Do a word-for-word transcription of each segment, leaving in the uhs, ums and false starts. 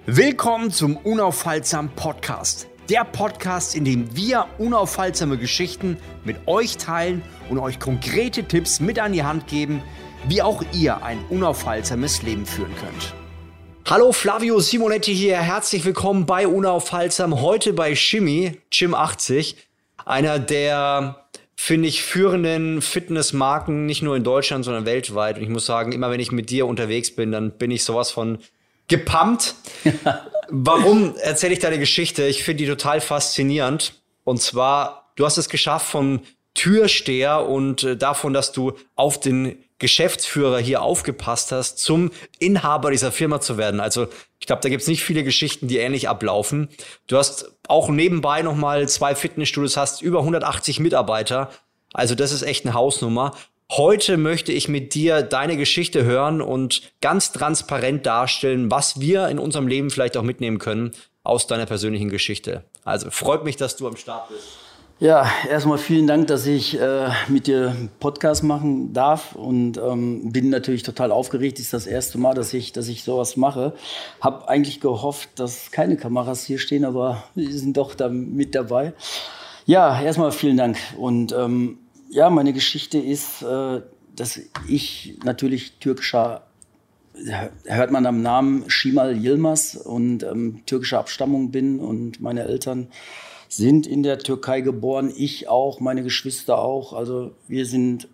Willkommen zum Unaufhaltsam Podcast. Der Podcast, in dem wir unaufhaltsame Geschichten mit euch teilen und euch konkrete Tipps mit an die Hand geben, wie auch ihr ein unaufhaltsames Leben führen könnt. Hallo, Flavio Simonetti hier. Herzlich willkommen bei Unaufhaltsam. Heute bei Shimmy, Gym achtzig. Einer der, finde ich, führenden Fitnessmarken, nicht nur in Deutschland, sondern weltweit. Und ich muss sagen, immer wenn ich mit dir unterwegs bin, dann bin ich sowas von gepumpt. Warum erzähle ich deine Geschichte? Ich finde die total faszinierend. Und zwar, du hast es geschafft vom Türsteher und äh, davon, dass du auf den Geschäftsführer hier aufgepasst hast, zum Inhaber dieser Firma zu werden. Also ich glaube, da gibt es nicht viele Geschichten, die ähnlich ablaufen. Du hast auch nebenbei nochmal zwei Fitnessstudios, hast über hundertachtzig Mitarbeiter. Also das ist echt eine Hausnummer. Heute möchte ich mit dir deine Geschichte hören und ganz transparent darstellen, was wir in unserem Leben vielleicht auch mitnehmen können aus deiner persönlichen Geschichte. Also freut mich, dass du am Start bist. Ja, erstmal vielen Dank, dass ich äh, mit dir einen Podcast machen darf und ähm, bin natürlich total aufgeregt. Das ist das erste Mal, dass ich, dass ich sowas mache. Hab eigentlich gehofft, dass keine Kameras hier stehen, aber sie sind doch da mit dabei. Ja, erstmal vielen Dank und ähm, ja, meine Geschichte ist, äh, dass ich natürlich türkischer, hört man am Namen Shimal Yilmaz und ähm, türkischer Abstammung bin und meine Eltern sind in der Türkei geboren, ich auch, meine Geschwister auch. Also wir sind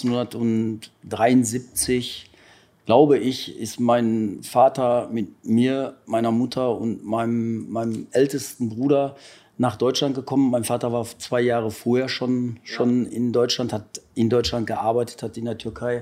neunzehnhundertdreiundsiebzig, glaube ich, ist mein Vater mit mir, meiner Mutter und meinem, meinem ältesten Bruder nach Deutschland gekommen. Mein Vater war zwei Jahre vorher schon, schon in Deutschland, hat in Deutschland gearbeitet, hat in der Türkei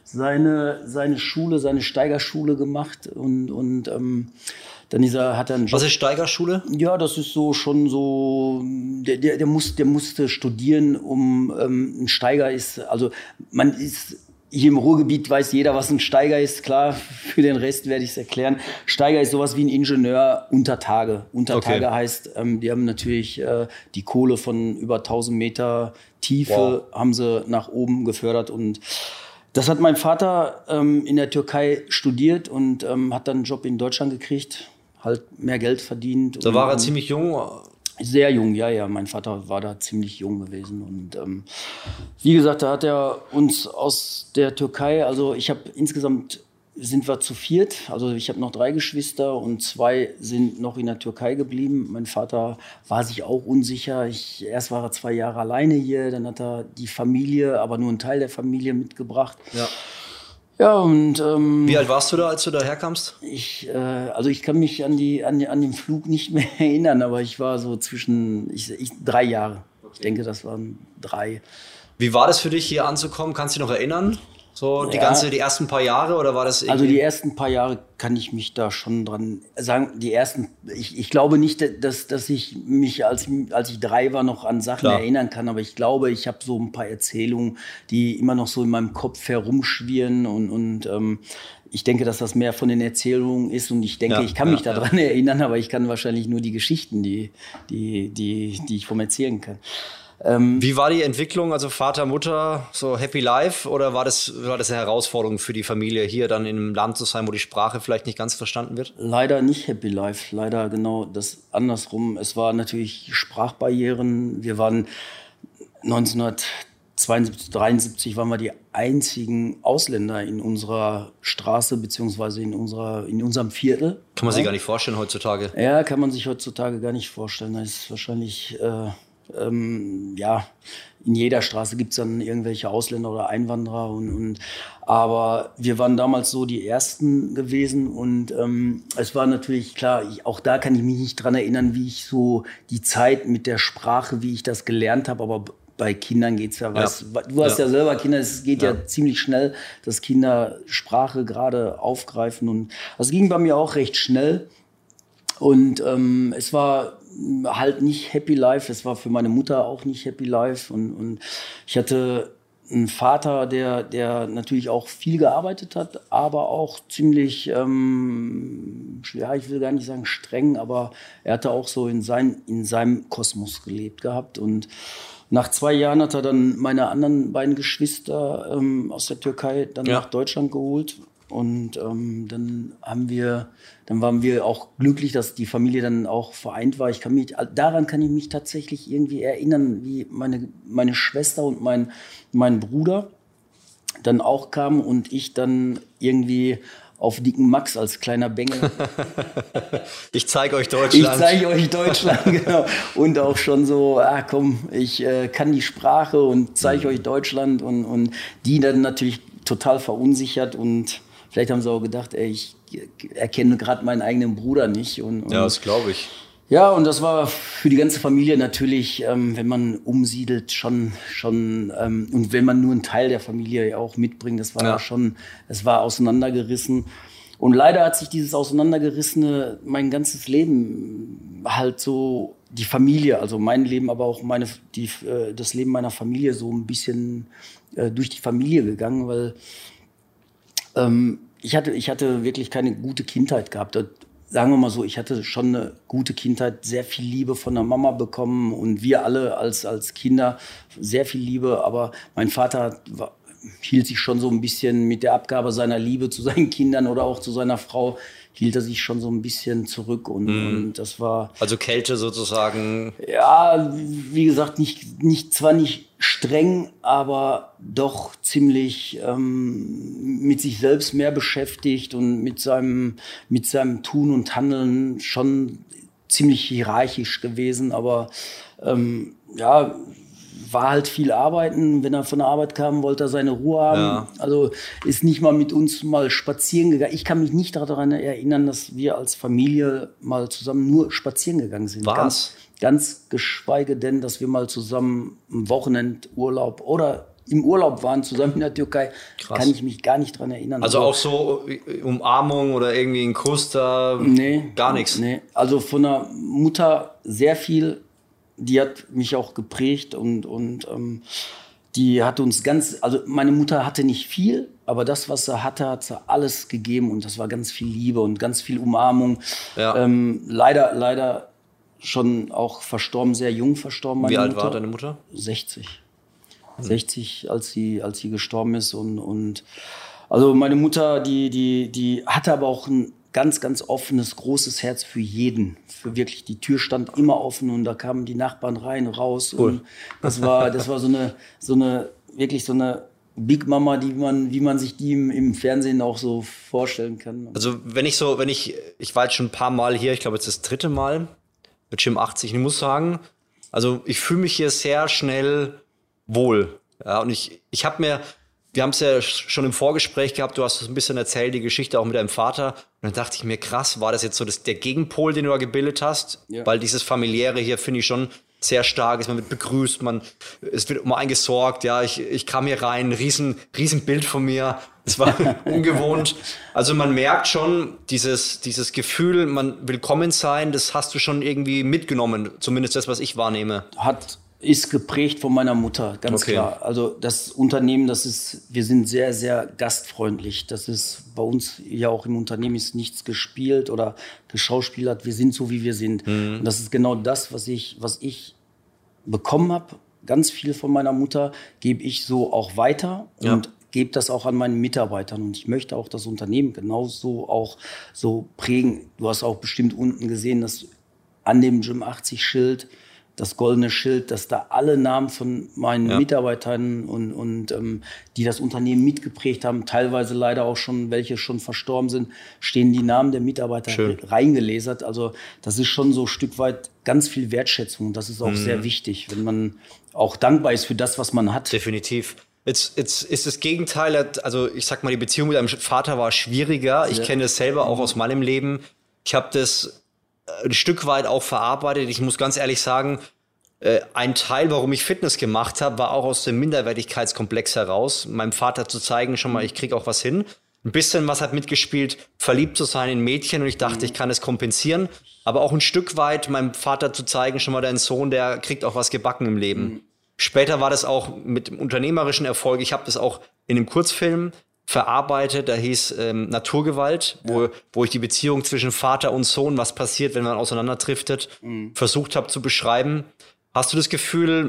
seine, seine Schule, seine Steigerschule gemacht und, und ähm, dann dieser, hat er einen Job. Was ist Steigerschule? Ja, das ist so schon so, der, der, der, muss, der musste studieren, um ähm, ein Steiger ist, also man ist, hier im Ruhrgebiet weiß jeder, was ein Steiger ist. Klar, für den Rest werde ich es erklären. Steiger ist sowas wie ein Ingenieur unter Tage. Unter Tage okay. heißt, ähm, die haben natürlich äh, die Kohle von über tausend Meter Tiefe wow. haben sie nach oben gefördert. Und das hat mein Vater ähm, in der Türkei studiert und ähm, hat dann einen Job in Deutschland gekriegt. Halt mehr Geld verdient. Da und, war er ähm, ziemlich jung. Sehr jung, ja, ja. Mein Vater war da ziemlich jung gewesen. Und ähm, wie gesagt, da hat er uns aus der Türkei, also ich habe insgesamt, sind wir zu viert. Also ich habe noch drei Geschwister und zwei sind noch in der Türkei geblieben. Mein Vater war sich auch unsicher. Ich, erst war er zwei Jahre alleine hier, dann hat er die Familie, aber nur einen Teil der Familie mitgebracht. Ja. Ja, und ähm, wie alt warst du da, als du da herkamst? Ich, äh, also ich kann mich an, die, an, an den Flug nicht mehr erinnern, aber ich war so zwischen ich, ich, drei Jahre. Okay. Ich denke, das waren drei. Wie war das für dich, hier anzukommen? Kannst du dich noch erinnern? So die ja. ganze, die ersten paar Jahre oder war das irgendwie? Also die ersten paar Jahre kann ich mich da schon dran sagen. Die ersten, ich, ich glaube nicht, dass, dass ich mich, als, als ich drei war, noch an Sachen Klar. erinnern kann. Aber ich glaube, ich habe so ein paar Erzählungen, die immer noch so in meinem Kopf herumschwirren. Und, und ähm, ich denke, dass das mehr von den Erzählungen ist. Und ich denke, ja, ich kann ja, mich daran ja. erinnern, aber ich kann wahrscheinlich nur die Geschichten, die, die, die, die ich vom Erzählen kann. Ähm, Wie war die Entwicklung, also Vater, Mutter, so Happy Life, oder war das, war das eine Herausforderung für die Familie, hier dann in einem Land zu sein, wo die Sprache vielleicht nicht ganz verstanden wird? Leider nicht Happy Life, leider genau das andersrum. Es waren natürlich Sprachbarrieren. Wir waren neunzehnhundertzweiundsiebzig, dreiundsiebzig waren wir die einzigen Ausländer in unserer Straße beziehungsweise in unserer in unserem Viertel. Kann man ja. sich gar nicht vorstellen heutzutage. Ja, kann man sich heutzutage gar nicht vorstellen. Das ist wahrscheinlich äh, Ähm, ja, in jeder Straße gibt es dann irgendwelche Ausländer oder Einwanderer. Und, und, aber wir waren damals so die Ersten gewesen. Und ähm, es war natürlich klar, ich, auch da kann ich mich nicht dran erinnern, wie ich so die Zeit mit der Sprache, wie ich das gelernt habe. Aber bei Kindern geht es ja, weißt, ja, du hast ja. ja selber Kinder, es geht ja. ja ziemlich schnell, dass Kinder Sprache gerade aufgreifen. Und das ging bei mir auch recht schnell. Und ähm, es war halt nicht Happy Life, es war für meine Mutter auch nicht Happy Life. Und, und ich hatte einen Vater, der, der natürlich auch viel gearbeitet hat, aber auch ziemlich, ähm, ja, ich will gar nicht sagen streng, aber er hatte auch so in, sein, in seinem Kosmos gelebt gehabt. Und nach zwei Jahren hat er dann meine anderen beiden Geschwister ähm, aus der Türkei dann ja. nach Deutschland geholt. Und ähm, dann haben wir, dann waren wir auch glücklich, dass die Familie dann auch vereint war. Ich kann mich, daran kann ich mich tatsächlich irgendwie erinnern, wie meine, meine Schwester und mein, mein Bruder dann auch kamen und ich dann irgendwie auf dicken Max als kleiner Bengel. Ich zeige euch Deutschland. Ich zeige euch Deutschland, genau. Und auch schon so, ah komm, ich äh, kann die Sprache und zeige euch Deutschland. Und, und die dann natürlich total verunsichert. Und vielleicht haben sie auch gedacht, ey, ich erkenne gerade meinen eigenen Bruder nicht. Und, und ja, das glaube ich. Ja, und das war für die ganze Familie natürlich, ähm, wenn man umsiedelt, schon, schon ähm, und wenn man nur einen Teil der Familie auch mitbringt, das war ja schon, es war auseinandergerissen. Und leider hat sich dieses Auseinandergerissene mein ganzes Leben halt so, die Familie, also mein Leben, aber auch meine, die, äh, das Leben meiner Familie so ein bisschen äh, durch die Familie gegangen, weil ähm, ich hatte, ich hatte wirklich keine gute Kindheit gehabt. Sagen wir mal so, ich hatte schon eine gute Kindheit, sehr viel Liebe von der Mama bekommen und wir alle als, als Kinder sehr viel Liebe. Aber mein Vater war, hielt sich schon so ein bisschen mit der Abgabe seiner Liebe zu seinen Kindern oder auch zu seiner Frau, hielt er sich schon so ein bisschen zurück. Und, mm. und das war... Also Kälte sozusagen? Ja, wie gesagt, nicht, nicht, zwar nicht streng, aber doch ziemlich ähm, mit sich selbst mehr beschäftigt und mit seinem, mit seinem Tun und Handeln schon ziemlich hierarchisch gewesen. Aber ähm, ja... war halt viel arbeiten. Wenn er von der Arbeit kam, wollte er seine Ruhe haben. Ja. Also ist nicht mal mit uns mal spazieren gegangen. Ich kann mich nicht daran erinnern, dass wir als Familie mal zusammen nur spazieren gegangen sind. Was? Ganz, ganz geschweige denn, dass wir mal zusammen einen Wochenendurlaub oder im Urlaub waren, zusammen in der Türkei. Krass. Kann ich mich gar nicht daran erinnern. Also, also auch so Umarmung oder irgendwie ein Kuss da? Nee. Gar nichts? Nee. Also von der Mutter sehr viel. Die hat mich auch geprägt und, und ähm, die hat uns ganz, also meine Mutter hatte nicht viel, aber das, was sie hatte, hat sie alles gegeben und das war ganz viel Liebe und ganz viel Umarmung. Ja. Ähm, leider, leider schon auch verstorben, sehr jung verstorben. Meine Wie alt Mutter. war deine Mutter? sechzig. Hm. sechzig, als sie, als sie gestorben ist und, und also meine Mutter, die, die, die hatte aber auch ein ganz, ganz offenes, großes Herz für jeden. Für wirklich, die Tür stand immer offen und da kamen die Nachbarn rein, raus. Cool. Und das war, das war so eine, so eine, wirklich so eine Big Mama, die man, wie man sich die im, im Fernsehen auch so vorstellen kann. Also wenn ich so, wenn ich, ich war jetzt schon ein paar Mal hier, ich glaube jetzt das dritte Mal mit Gym achtzig. Und ich muss sagen, also ich fühle mich hier sehr schnell wohl. Ja, und ich, ich habe mir, wir haben es ja schon im Vorgespräch gehabt, du hast ein bisschen erzählt, die Geschichte auch mit deinem Vater. Und dann dachte ich mir, krass, war das jetzt so das, der Gegenpol, den du da gebildet hast? Ja. Weil dieses Familiäre hier finde ich schon sehr stark ist. Man wird begrüßt, man, es wird um einen gesorgt. Ja, ich, ich kam hier rein, ein riesen, riesen Bild von mir. Es war ungewohnt. Also man merkt schon, dieses, dieses Gefühl, man willkommen sein, das hast du schon irgendwie mitgenommen. Zumindest das, was ich wahrnehme. Hat ist geprägt von meiner Mutter, ganz okay. klar. Also das Unternehmen, das ist, wir sind sehr, sehr gastfreundlich. Das ist bei uns ja auch im Unternehmen ist nichts gespielt oder geschauspielert. Wir sind so, wie wir sind. Mhm. Und das ist genau das, was ich, was ich bekommen habe. Ganz viel von meiner Mutter gebe ich so auch weiter ja. und gebe das auch an meinen Mitarbeitern. Und ich möchte auch das Unternehmen genauso auch so prägen. Du hast auch bestimmt unten gesehen, dass an dem Gym achtzig Schild das goldene Schild, dass da alle Namen von meinen ja. Mitarbeitern und, und ähm, die das Unternehmen mitgeprägt haben, teilweise leider auch schon welche schon verstorben sind, stehen die Namen der Mitarbeiter Schön. reingelesert. Also das ist schon so ein Stück weit ganz viel Wertschätzung. Und das ist auch mhm. sehr wichtig, wenn man auch dankbar ist für das, was man hat. Definitiv. Jetzt, jetzt ist das Gegenteil, also ich sag mal, die Beziehung mit deinem Vater war schwieriger. Ich ja. kenne das selber auch aus meinem Leben. Ich habe das ein Stück weit auch verarbeitet. Ich muss ganz ehrlich sagen, äh, ein Teil, warum ich Fitness gemacht habe, war auch aus dem Minderwertigkeitskomplex heraus, meinem Vater zu zeigen, schon mal, ich krieg auch was hin. Ein bisschen was hat mitgespielt, verliebt zu sein in Mädchen und ich dachte, ich kann es kompensieren. Aber auch ein Stück weit meinem Vater zu zeigen, schon mal, dein Sohn, der kriegt auch was gebacken im Leben. Mhm. Später war das auch mit dem unternehmerischen Erfolg. Ich habe das auch in einem Kurzfilm verarbeitet, da hieß ähm, Naturgewalt, wo, ja. wo ich die Beziehung zwischen Vater und Sohn, was passiert, wenn man auseinanderdriftet, mhm. versucht habe zu beschreiben. Hast du das Gefühl,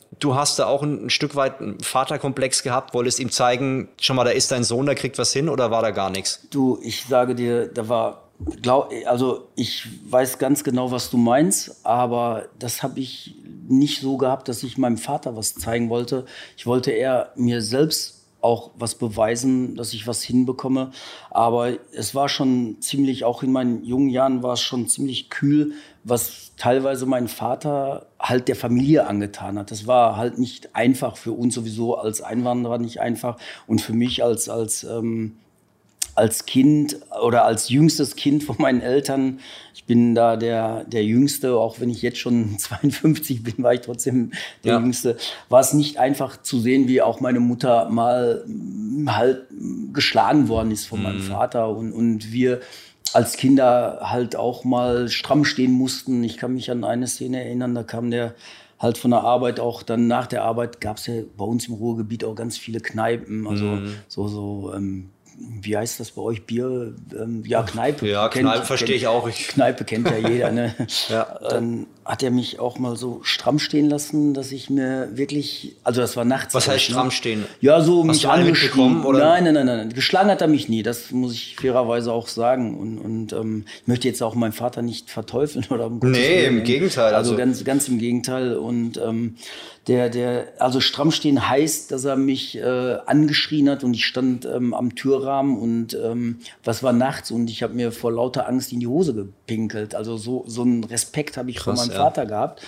du hast da auch ein, ein Stück weit einen Vaterkomplex gehabt, wolltest ihm zeigen, schau mal, da ist dein Sohn, der kriegt was hin, oder war da gar nichts? Du, ich sage dir, da war, glaub, also ich weiß ganz genau, was du meinst, aber das habe ich nicht so gehabt, dass ich meinem Vater was zeigen wollte. Ich wollte eher mir selbst auch was beweisen, dass ich was hinbekomme. Aber es war schon ziemlich, auch in meinen jungen Jahren war es schon ziemlich kühl, was teilweise mein Vater halt der Familie angetan hat. Das war halt nicht einfach für uns sowieso als Einwanderer, nicht einfach. Und für mich als, als, ähm, als Kind oder als jüngstes Kind von meinen Eltern, ich bin da der, der Jüngste, auch wenn ich jetzt schon zweiundfünfzig bin, war ich trotzdem der ja. Jüngste, war es nicht einfach zu sehen, wie auch meine Mutter mal halt geschlagen worden ist von mhm. meinem Vater und, und wir als Kinder halt auch mal stramm stehen mussten. Ich kann mich an eine Szene erinnern, da kam der halt von der Arbeit auch, dann nach der Arbeit gab es ja bei uns im Ruhrgebiet auch ganz viele Kneipen, also mhm. so, so ähm, wie heißt das bei euch? Bier? Ähm, ja, Kneipe. Ja, Kneipe verstehe ich auch. Ich Kneipe kennt ja jeder. Ne? ja. Dann hat er mich auch mal so stramm stehen lassen, dass ich mir wirklich, also das war nachts. Was heißt stramm stehen? Ja, so Hast mich du alle mitbekommen, oder? Nein, nein, nein, nein. Geschlagen hat er mich nie, das muss ich fairerweise auch sagen. Und, und ähm, ich möchte jetzt auch meinen Vater nicht verteufeln. Oder um nee, im Gegenteil. Also, also ganz, ganz im Gegenteil. Und ähm, der, der, also stramm stehen heißt, dass er mich äh, angeschrien hat und ich stand ähm, am Türrahmen und ähm, was war nachts und ich habe mir vor lauter Angst in die Hose gepinkelt. Also so, so einen Respekt habe ich Krass, von meinem ja. Vater gehabt.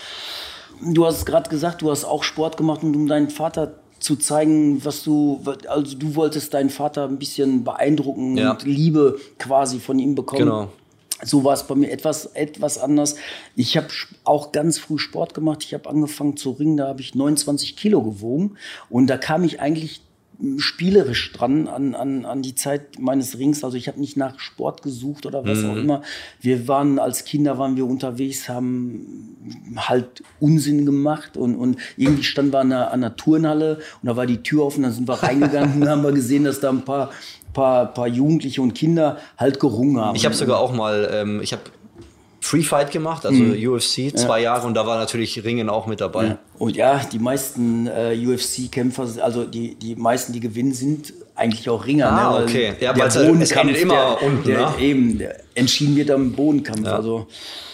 Du hast gerade gesagt, du hast auch Sport gemacht, und um deinen Vater zu zeigen, was du, also du wolltest deinen Vater ein bisschen beeindrucken ja. und Liebe quasi von ihm bekommen. Genau. So war es bei mir etwas, etwas anders. Ich habe auch ganz früh Sport gemacht. Ich habe angefangen zu ringen, da habe ich neunundzwanzig Kilo gewogen. Und da kam ich eigentlich spielerisch dran an, an, an die Zeit meines Rings. Also ich habe nicht nach Sport gesucht oder was mhm. auch immer. Wir waren als Kinder waren wir unterwegs, haben halt Unsinn gemacht und, und irgendwie standen wir an einer, an einer Turnhalle und da war die Tür offen, dann sind wir reingegangen und haben wir gesehen, dass da ein paar Paar, paar Jugendliche und Kinder halt gerungen haben. Ich habe sogar auch mal, ähm, ich habe Free Fight gemacht, also mhm. U F C, zwei ja. Jahre, und da war natürlich Ringen auch mit dabei. Ja. Und ja, die meisten äh, U F C-Kämpfer, also die, die meisten, die gewinnen, sind eigentlich auch Ringer. Ah, ne? okay. Ja, weil es endet immer der, unten, der, ne? Eben, der entschieden wird am Bodenkampf. Ja. Also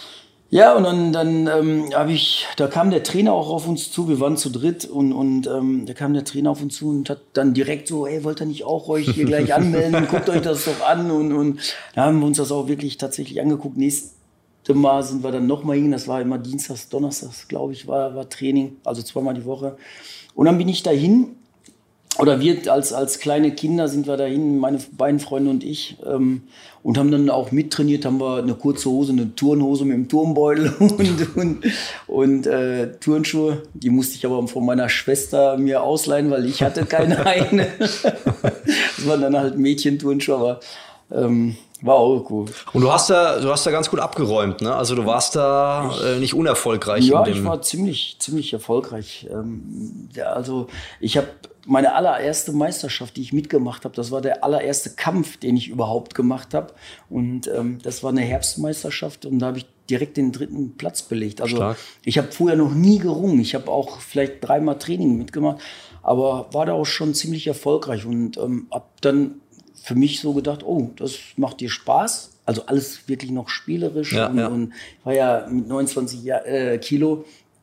ja, und dann, dann ähm, habe ich, da kam der Trainer auch auf uns zu, wir waren zu dritt und, und ähm, da kam der Trainer auf uns zu und hat dann direkt so, ey, wollt ihr nicht auch euch hier gleich anmelden, guckt euch das doch an und, und da haben wir uns das auch wirklich tatsächlich angeguckt. Nächstes Mal sind wir dann nochmal hin, das war immer Dienstags, Donnerstags, glaube ich, war, war Training, also zweimal die Woche. Und dann bin ich dahin. Oder wir als, als kleine Kinder sind wir dahin, meine beiden Freunde und ich, ähm, und haben dann auch mittrainiert, haben wir eine kurze Hose, eine Turnhose mit einem Turmbeutel und, und, und äh, Turnschuhe. Die musste ich aber von meiner Schwester mir ausleihen, weil ich hatte keine eigene. Das waren dann halt Mädchenturnschuhe, aber ähm, war auch cool. Und du hast da, du hast da ganz gut abgeräumt, ne? Also du warst da äh, nicht unerfolgreich. Ja, in dem ich war ziemlich, ziemlich erfolgreich. Ähm, ja, also ich habe meine allererste Meisterschaft, die ich mitgemacht habe, das war der allererste Kampf, den ich überhaupt gemacht habe. Und ähm, das war eine Herbstmeisterschaft und da habe ich direkt den dritten Platz belegt. Also Stark. Ich habe vorher noch nie gerungen. Ich habe auch vielleicht dreimal Training mitgemacht, aber war da auch schon ziemlich erfolgreich und ähm, habe dann für mich so gedacht, oh, das macht dir Spaß. Also alles wirklich noch spielerisch. Ja, und, ja. und ich war ja mit neunundzwanzig Jahr, äh, Kilo,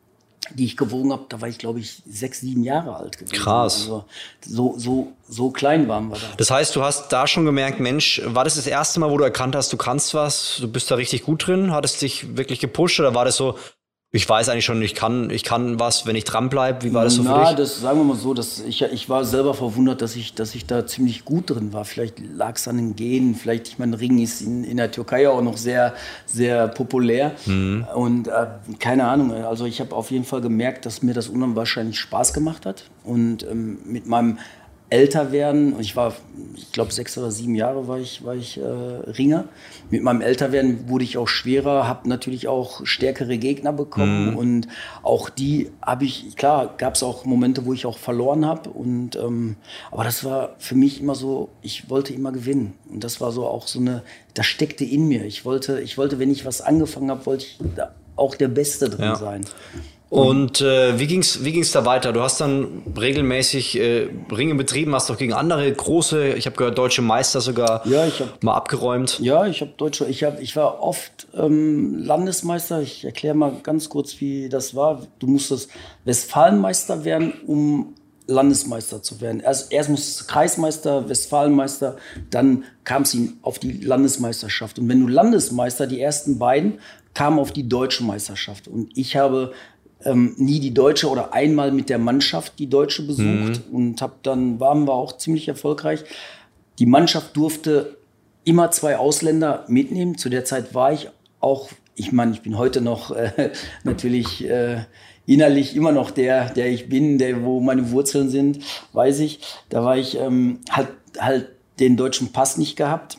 die ich gewogen habe, da war ich, glaube ich, sechs, sieben Jahre alt gewesen. Krass. Also so, so, so klein waren wir da. Das heißt, du hast da schon gemerkt, Mensch, war das das erste Mal, wo du erkannt hast, du kannst was, du bist da richtig gut drin? Hattest dich wirklich gepusht oder war das so, ich weiß eigentlich schon, ich kann, ich kann was, wenn ich dranbleibe? Wie war das so Na, für dich? das sagen wir mal so, dass ich, ich war selber verwundert, dass ich, dass ich da ziemlich gut drin war. Vielleicht lag es an den Genen, vielleicht, ich meine, Ring ist in, in der Türkei auch noch sehr, sehr populär. Mhm. Und äh, keine Ahnung, also ich habe auf jeden Fall gemerkt, dass mir das unwahrscheinlich Spaß gemacht hat. Und ähm, mit meinem Älterwerden, ich war, ich glaube, sechs oder sieben Jahre war ich, war ich äh, Ringer. Mit meinem Älterwerden wurde ich auch schwerer, habe natürlich auch stärkere Gegner bekommen mhm. und auch die habe ich, klar, gab es auch Momente, wo ich auch verloren habe und ähm, aber das war für mich immer so, ich wollte immer gewinnen und das war so auch so eine, das steckte in mir. Ich wollte, ich wollte, wenn ich was angefangen habe, wollte ich da auch der Beste drin ja. sein. Und äh, wie ging's, wie ging's da weiter? Du hast dann regelmäßig äh, Ringe betrieben, hast doch gegen andere große, ich habe gehört, deutsche Meister sogar ja, ich hab, mal abgeräumt. Ja, ich habe deutsche, ich habe, ich war oft ähm, Landesmeister. Ich erkläre mal ganz kurz, wie das war. Du musstest Westfalenmeister werden, um Landesmeister zu werden. Erst, erst musstest du Kreismeister, Westfalenmeister, dann kam es auf die Landesmeisterschaft. Und wenn du Landesmeister, die ersten beiden, kamen auf die deutsche Meisterschaft. Und ich habe ähm, nie die deutsche oder einmal mit der Mannschaft die deutsche besucht mhm. und hab dann waren wir auch ziemlich erfolgreich. Die Mannschaft durfte immer zwei Ausländer mitnehmen. Zu der Zeit war ich auch, ich meine, ich bin heute noch äh, natürlich äh, innerlich immer noch der, der ich bin, der, wo meine Wurzeln sind, weiß ich. Da war ich ähm, halt, halt den deutschen Pass nicht gehabt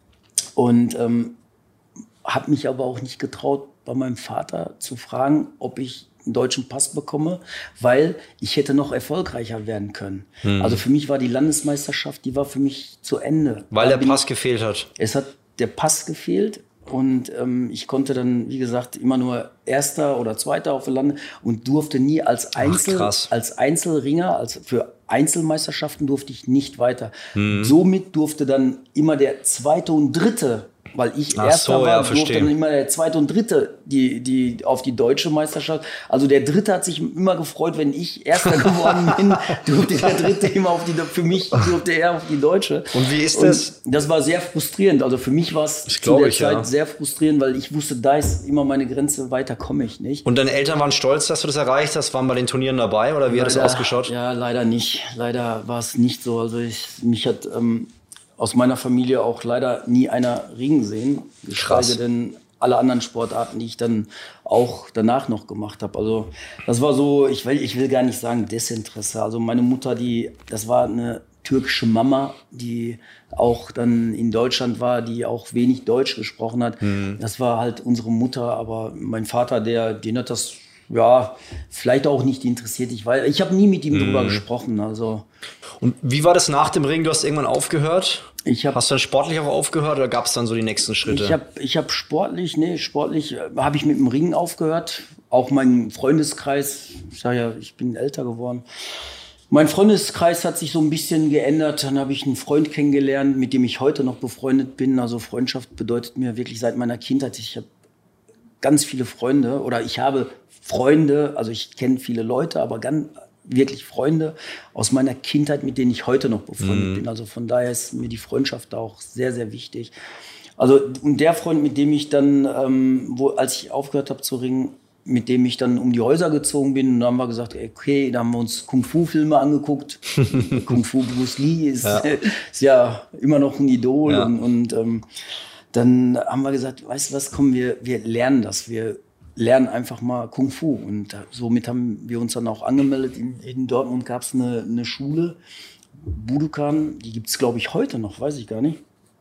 und ähm, habe mich aber auch nicht getraut, bei meinem Vater zu fragen, ob ich einen deutschen Pass bekomme, weil ich hätte noch erfolgreicher werden können. Hm. Also für mich war die Landesmeisterschaft, die war für mich zu Ende. Weil der Pass gefehlt hat. Es hat der Pass gefehlt. Und ähm, ich konnte dann, wie gesagt, immer nur Erster oder Zweiter auf der Lande und durfte nie als Einzel, Ach, als Einzelringer, als für Einzelmeisterschaften durfte ich nicht weiter. Mhm. Somit durfte dann immer der Zweite und Dritte, weil ich Ach Erster so, war, ja, durfte verstehe. dann immer der Zweite und Dritte die, die auf die deutsche Meisterschaft. Also der Dritte hat sich immer gefreut, wenn ich Erster geworden bin, durfte der Dritte immer auf die, für mich durfte er auf die deutsche. Und wie ist das? Und das war sehr frustrierend. Also für mich war es zu der ich, Zeit ja. sehr frustrierend, weil ich wusste, da ist immer meine Grenze, weiter komme ich nicht. Und deine Eltern waren stolz, dass du das erreicht hast, waren bei den Turnieren dabei oder wie leider, hat das ausgeschaut? Ja, leider nicht. Leider war es nicht so. Also ich, mich hat ähm, aus meiner Familie auch leider nie einer Ringen sehen, geschweige denn alle anderen Sportarten, die ich dann auch danach noch gemacht habe. Also das war so, ich will, ich will gar nicht sagen Desinteresse. Also meine Mutter, die, das war eine türkische Mama, die auch dann in Deutschland war, die auch wenig Deutsch gesprochen hat. Mhm. Das war halt unsere Mutter, aber mein Vater, der, den hat das ja, vielleicht auch nicht interessiert. Ich weiß, ich habe nie mit ihm mm. drüber gesprochen. Also. Und wie war das nach dem Ring? Du hast irgendwann aufgehört? Ich hab, hast du dann sportlich auch aufgehört oder gab es dann so die nächsten Schritte? Ich habe ich hab sportlich, nee, sportlich äh, habe ich mit dem Ringen aufgehört. Auch mein Freundeskreis, ich sage ja, ich bin älter geworden. Mein Freundeskreis hat sich so ein bisschen geändert. Dann habe ich einen Freund kennengelernt, mit dem ich heute noch befreundet bin. Also Freundschaft bedeutet mir wirklich seit meiner Kindheit. Ich habe ganz viele Freunde oder ich habe Freunde, also ich kenne viele Leute, aber ganz wirklich Freunde aus meiner Kindheit, mit denen ich heute noch befreundet mhm. bin. Also von daher ist mir die Freundschaft da auch sehr, sehr wichtig. Also und der Freund, mit dem ich dann, ähm, wo, als ich aufgehört habe zu ringen, mit dem ich dann um die Häuser gezogen bin, und da haben wir gesagt, okay, da haben wir uns Kung-Fu-Filme angeguckt. Kung-Fu Bruce Lee ist ja. ist ja immer noch ein Idol ja. und, und ähm, dann haben wir gesagt, weißt du was, komm, wir, wir lernen das, wir lernen einfach mal Kung Fu. Und somit haben wir uns dann auch angemeldet. In, in Dortmund gab es eine, eine Schule, Budokan, die gibt es, glaube ich, heute noch, weiß ich gar nicht.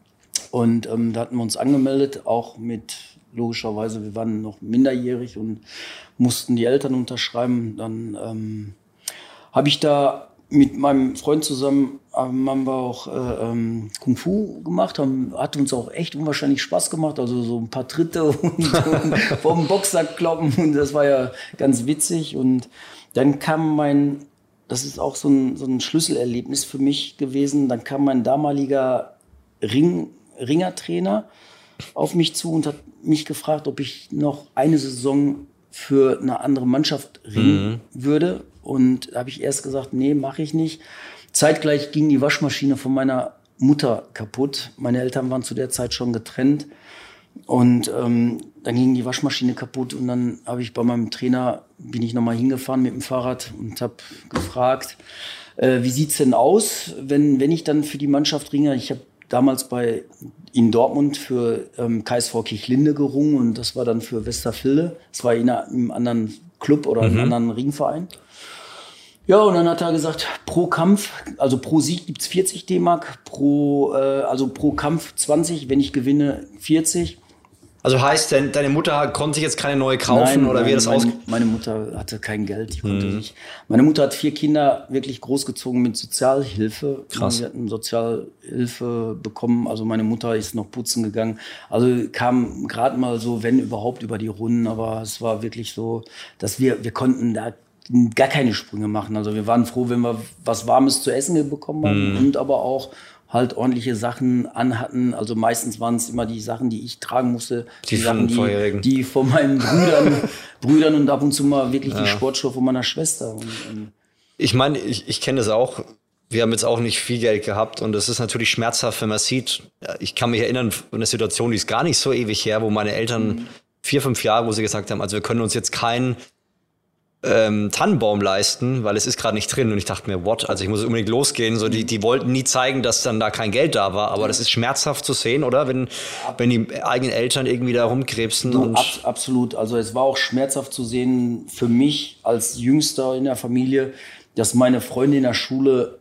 Und ähm, da hatten wir uns angemeldet, auch mit, logischerweise, wir waren noch minderjährig und mussten die Eltern unterschreiben. Dann ähm, habe ich da mit meinem Freund zusammen ähm, haben wir auch äh, ähm, Kung Fu gemacht, haben, hat uns auch echt unwahrscheinlich Spaß gemacht, also so ein paar Tritte und, und vom Boxsack kloppen und das war ja ganz witzig. Und dann kam mein, das ist auch so ein, so ein Schlüsselerlebnis für mich gewesen, dann kam mein damaliger Ring, Ringertrainer auf mich zu und hat mich gefragt, ob ich noch eine Saison für eine andere Mannschaft ringen mhm. würde. Und da habe ich erst gesagt, nee, mache ich nicht. Zeitgleich ging die Waschmaschine von meiner Mutter kaputt. Meine Eltern waren zu der Zeit schon getrennt. Und ähm, dann ging die Waschmaschine kaputt. Und dann habe ich bei meinem Trainer, bin ich nochmal hingefahren mit dem Fahrrad und habe gefragt, äh, wie sieht's denn aus, wenn, wenn ich dann für die Mannschaft ringe? Ich habe damals bei in Dortmund für ähm, K S V Kirchlinde gerungen und das war dann für Westerfilde. Das war in einem anderen Club oder mhm. einem anderen Ringverein. Ja, und dann hat er gesagt, pro Kampf, also pro Sieg gibt's vierzig D-Mark, pro, äh, also pro Kampf zwanzig, wenn ich gewinne vierzig. Also heißt, denn, deine Mutter konnte sich jetzt keine neue kaufen nein, oder nein, wie das meine, aus? meine Mutter hatte kein Geld, die konnte mhm. nicht. Meine Mutter hat vier Kinder wirklich großgezogen mit Sozialhilfe. Krass. Wir hatten Sozialhilfe bekommen, also meine Mutter ist noch putzen gegangen. Also kam gerade mal so, wenn überhaupt, über die Runden, aber es war wirklich so, dass wir, wir konnten da gar keine Sprünge machen. Also wir waren froh, wenn wir was Warmes zu essen bekommen haben mhm. und aber auch halt ordentliche Sachen anhatten. Also meistens waren es immer die Sachen, die ich tragen musste. Die, die Sachen, die, die von meinen Brüdern, Brüdern und ab und zu mal wirklich ja. die Sportschuhe von meiner Schwester. Und, und ich meine, ich, ich kenne das auch. Wir haben jetzt auch nicht viel Geld gehabt und es ist natürlich schmerzhaft, wenn man sieht. Ich kann mich erinnern an eine Situation, die ist gar nicht so ewig her, wo meine Eltern mhm. vier, fünf Jahre, wo sie gesagt haben, also wir können uns jetzt keinen Ähm, Tannenbaum leisten, weil es ist gerade nicht drin. Und ich dachte mir, what? Also ich muss unbedingt losgehen. So, die, die wollten nie zeigen, dass dann da kein Geld da war. Aber das ist schmerzhaft zu sehen, oder? Wenn, wenn die eigenen Eltern irgendwie da rumkrebsen. Du, und ab, absolut. Also es war auch schmerzhaft zu sehen für mich als Jüngster in der Familie, dass meine Freunde in der Schule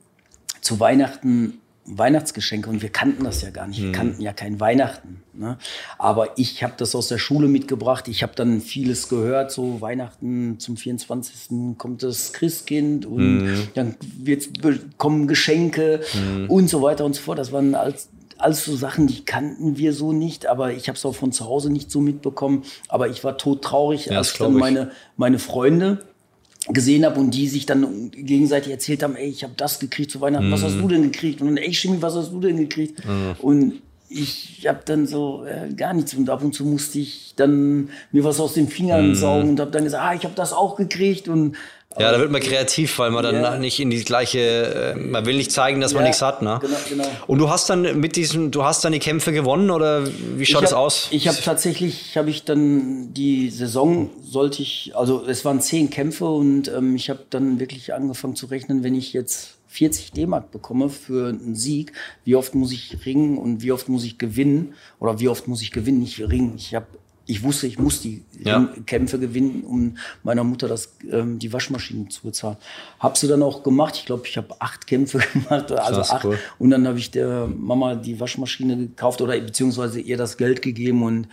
zu Weihnachten Weihnachtsgeschenke, und wir kannten das ja gar nicht, wir hm. kannten ja kein Weihnachten. Ne? Aber ich habe das aus der Schule mitgebracht, ich habe dann vieles gehört, so Weihnachten zum vierundzwanzigsten kommt das Christkind und hm. dann wird's, kommen Geschenke hm. und so weiter und so fort. Das waren alles, alles so Sachen, die kannten wir so nicht, aber ich habe es auch von zu Hause nicht so mitbekommen. Aber ich war todtraurig, ja, als dann meine, meine Freunde gesehen habe und die sich dann gegenseitig erzählt haben, ey, ich habe das gekriegt zu Weihnachten, mm. was hast du denn gekriegt? Und dann, ey, Schimi, was hast du denn gekriegt? Mm. Und ich habe dann so äh, gar nichts und ab und zu musste ich dann mir was aus den Fingern mm. saugen und habe dann gesagt, ah, ich habe das auch gekriegt und ja, da wird man kreativ, weil man dann ja. nicht in die gleiche, äh, man will nicht zeigen, dass man ja, nichts hat, ne? Genau, genau. Und du hast dann mit diesem, du hast dann die Kämpfe gewonnen oder wie schaut es aus? Ich habe tatsächlich, habe ich dann die Saison, sollte ich, also es waren zehn Kämpfe und ähm, ich habe dann wirklich angefangen zu rechnen, wenn ich jetzt vierzig D-Mark bekomme für einen Sieg, wie oft muss ich ringen und wie oft muss ich gewinnen oder wie oft muss ich gewinnen, nicht ringen. Ich habe Ich wusste, ich muss die ja. Kämpfe gewinnen, um meiner Mutter das, ähm, die Waschmaschine zu bezahlen. Hab sie dann auch gemacht. Ich glaube, ich habe acht Kämpfe gemacht, also acht. Cool. Und dann habe ich der Mama die Waschmaschine gekauft oder beziehungsweise ihr das Geld gegeben und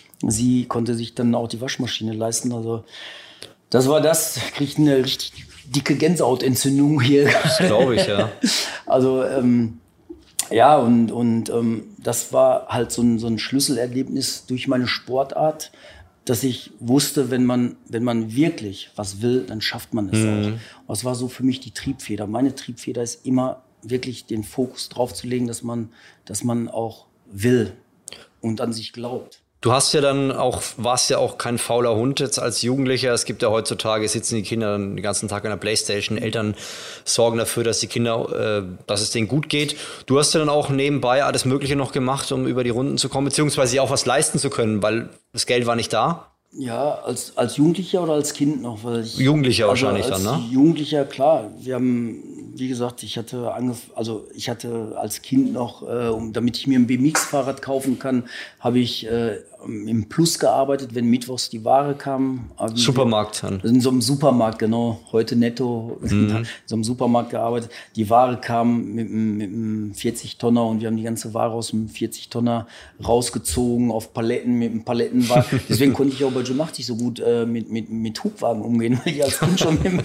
sie konnte sich dann auch die Waschmaschine leisten. Also das war das. Kriegt eine richtig dicke Gänsehautentzündung hier. Das glaube ich, ja. Also ähm, ja, und, und ähm, das war halt so ein, so ein Schlüsselerlebnis durch meine Sportart, dass ich wusste, wenn man, wenn man wirklich was will, dann schafft man es mhm. auch. Und das war so für mich die Triebfeder. Meine Triebfeder ist immer wirklich den Fokus drauf zu legen, dass man, dass man auch will und an sich glaubt. Du hast ja dann auch, warst ja auch kein fauler Hund jetzt als Jugendlicher. Es gibt ja heutzutage, sitzen die Kinder dann den ganzen Tag an der Playstation. Eltern sorgen dafür, dass die Kinder, äh, dass es denen gut geht. Du hast ja dann auch nebenbei alles Mögliche noch gemacht, um über die Runden zu kommen, beziehungsweise auch was leisten zu können, weil das Geld war nicht da. Ja, als, als Jugendlicher oder als Kind noch? Weil ich, Jugendlicher also wahrscheinlich als dann, ne? Jugendlicher, klar. Wir haben, wie gesagt, ich hatte angef- also ich hatte als Kind noch, äh, um, damit ich mir ein B M X-Fahrrad kaufen kann, habe ich äh, im Plus gearbeitet, wenn mittwochs die Ware kam. Supermarkt dann? In so einem Supermarkt, genau. Heute Netto, mhm. in so einem Supermarkt gearbeitet. Die Ware kam mit, mit einem vierzig-Tonner und wir haben die ganze Ware aus dem vierzig-Tonner rausgezogen auf Paletten, mit einem Palettenwagen. Deswegen konnte ich auch bei Jim achtzig so gut äh, mit, mit, mit Hubwagen umgehen, weil ich als Kind schon mit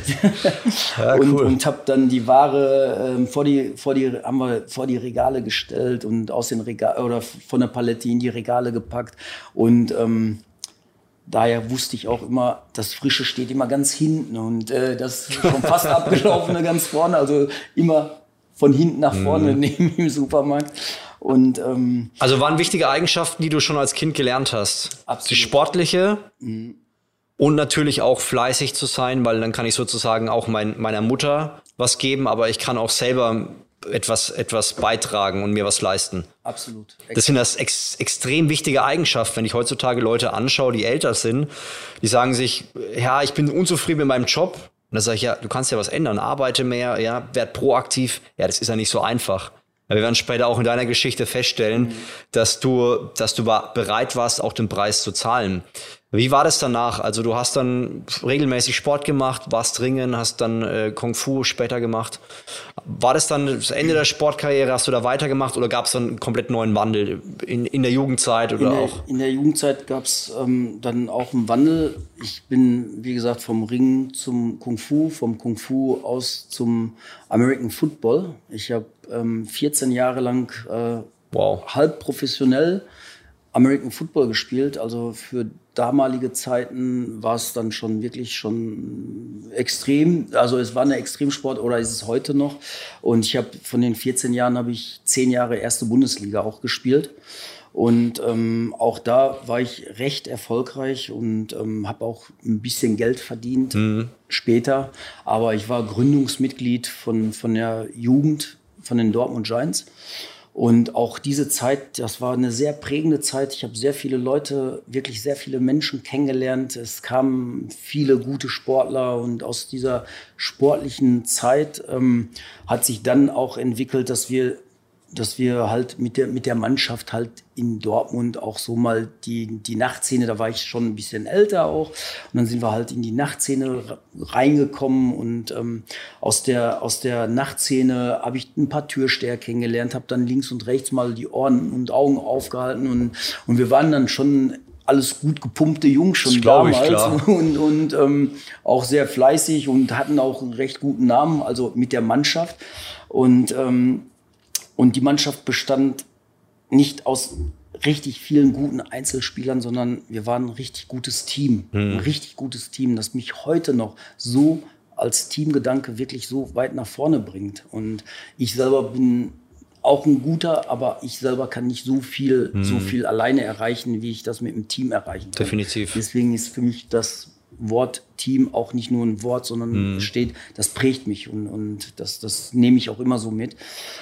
ja, und, cool. und habe dann die Ware äh, vor die vor die haben wir vor die Regale gestellt und aus den Regalen oder von der Palette in die Regale gepackt und ähm, daher wusste ich auch immer, das Frische steht immer ganz hinten und äh, das schon fast abgelaufene ganz vorne, also immer von hinten nach vorne mm. neben dem Supermarkt. Und, ähm, also waren wichtige Eigenschaften, die du schon als Kind gelernt hast. Absolut. Die sportliche mm. und natürlich auch fleißig zu sein, weil dann kann ich sozusagen auch mein, meiner Mutter was geben, aber ich kann auch selber etwas, etwas beitragen und mir was leisten. Absolut. Das sind das ex, extrem wichtige Eigenschaften, wenn ich heutzutage Leute anschaue, die älter sind, die sagen sich, ja, ich bin unzufrieden mit meinem Job. Und dann sage ich, ja, du kannst ja was ändern, arbeite mehr, ja, werd proaktiv. Ja, das ist ja nicht so einfach. Ja, wir werden später auch in deiner Geschichte feststellen, mhm. dass du, dass du bereit warst, auch den Preis zu zahlen. Wie war das danach? Also du hast dann regelmäßig Sport gemacht, warst Ringen, hast dann äh, Kung Fu später gemacht. War das dann das Ende der Sportkarriere? Hast du da weitergemacht oder gab es dann einen komplett neuen Wandel in, in der Jugendzeit? Oder in, der, auch? in der Jugendzeit gab es ähm, dann auch einen Wandel. Ich bin, wie gesagt, vom Ringen zum Kung Fu, vom Kung Fu aus zum American Football. Ich habe ähm, vierzehn Jahre lang äh, wow. halb professionell American Football gespielt. Also für damalige Zeiten war es dann schon wirklich schon extrem. Also es war eine Extremsport oder ist es heute noch. Und ich habe von den vierzehn Jahren habe ich zehn Jahre erste Bundesliga auch gespielt. Und ähm, auch da war ich recht erfolgreich und ähm, habe auch ein bisschen Geld verdient mhm. später. Aber ich war Gründungsmitglied von, von der Jugend, von den Dortmund Giants. Und auch diese Zeit, das war eine sehr prägende Zeit. Ich habe sehr viele Leute, wirklich sehr viele Menschen kennengelernt. Es kamen viele gute Sportler und aus dieser sportlichen Zeit ähm, hat sich dann auch entwickelt, dass wir, dass wir halt mit der, mit der Mannschaft halt in Dortmund auch so mal die, die Nachtszene, da war ich schon ein bisschen älter auch. Und dann sind wir halt in die Nachtszene reingekommen und ähm, aus der, aus der Nachtszene habe ich ein paar Türsteher kennengelernt, habe dann links und rechts mal die Ohren und Augen aufgehalten und, und wir waren dann schon alles gut gepumpte Jungs schon damals ich, und, und ähm, auch sehr fleißig und hatten auch einen recht guten Namen, also mit der Mannschaft. Und, ähm, und die Mannschaft bestand nicht aus richtig vielen guten Einzelspielern, sondern wir waren ein richtig gutes Team. Mhm. Ein richtig gutes Team, das mich heute noch so als Teamgedanke wirklich so weit nach vorne bringt. Und ich selber bin auch ein guter, aber ich selber kann nicht so viel, mhm. so viel alleine erreichen, wie ich das mit dem Team erreichen kann. Definitiv. Deswegen ist für mich das Wort Team auch nicht nur ein Wort, sondern mhm. steht, das prägt mich und, und das, das nehme ich auch immer so mit.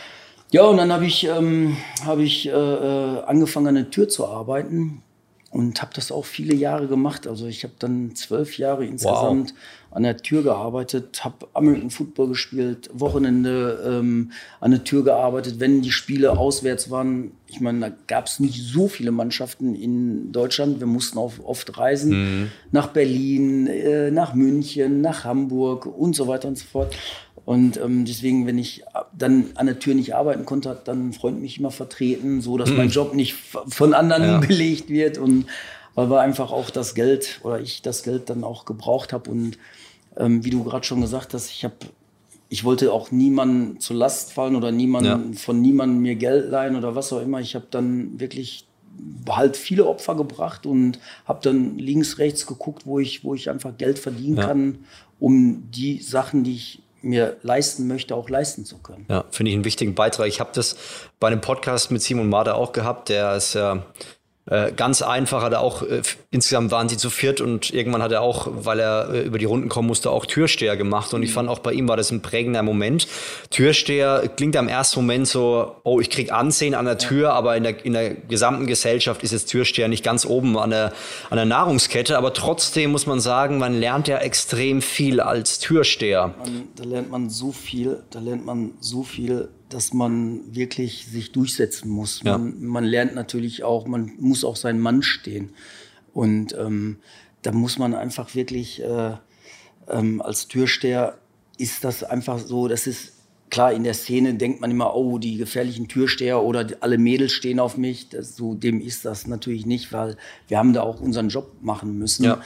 Ja, und dann habe ich, ähm, hab ich äh, angefangen, an der Tür zu arbeiten und habe das auch viele Jahre gemacht. Also ich habe dann zwölf Jahre insgesamt wow. an der Tür gearbeitet, habe American Football gespielt, Wochenende ähm, an der Tür gearbeitet, wenn die Spiele auswärts waren. Ich meine, da gab es nicht so viele Mannschaften in Deutschland. Wir mussten auch oft reisen mhm. nach Berlin, äh, nach München, nach Hamburg und so weiter und so fort. Und ähm, deswegen, wenn ich dann an der Tür nicht arbeiten konnte, hat dann ein Freund mich immer vertreten, so dass mhm. mein Job nicht von anderen ja. belegt wird. Und weil wir einfach auch das Geld oder ich das Geld dann auch gebraucht habe. Und ähm, wie du gerade schon gesagt hast, ich habe, ich wollte auch niemanden zur Last fallen oder niemanden, ja. von niemandem mir Geld leihen oder was auch immer. Ich habe dann wirklich halt viele Opfer gebracht und habe dann links, rechts geguckt, wo ich, wo ich einfach Geld verdienen ja. kann, um die Sachen, die ich mir leisten möchte, auch leisten zu können. Ja, finde ich einen wichtigen Beitrag. Ich habe das bei einem Podcast mit Simon Mader auch gehabt, der ist ja äh, ganz einfach, hat er auch, äh, insgesamt waren sie zu viert und irgendwann hat er auch, weil er äh, über die Runden kommen musste, auch Türsteher gemacht und mhm. ich fand auch bei ihm war das ein prägender Moment. Türsteher klingt am ersten Moment so, oh, ich krieg Ansehen an der Tür, ja. aber in der, in der gesamten Gesellschaft ist jetzt Türsteher nicht ganz oben an der, an der Nahrungskette, aber trotzdem muss man sagen, man lernt ja extrem viel als Türsteher. Man, da lernt man so viel, da lernt man so viel, dass man wirklich sich durchsetzen muss. Ja. Man, man lernt natürlich auch, man muss auch seinen Mann stehen. Und ähm, da muss man einfach wirklich, äh, ähm, als Türsteher ist das einfach so, das ist klar, in der Szene denkt man immer, oh, die gefährlichen Türsteher oder die, alle Mädels stehen auf mich. Das, so dem ist das natürlich nicht, weil wir haben da auch unseren Job machen müssen. Ja.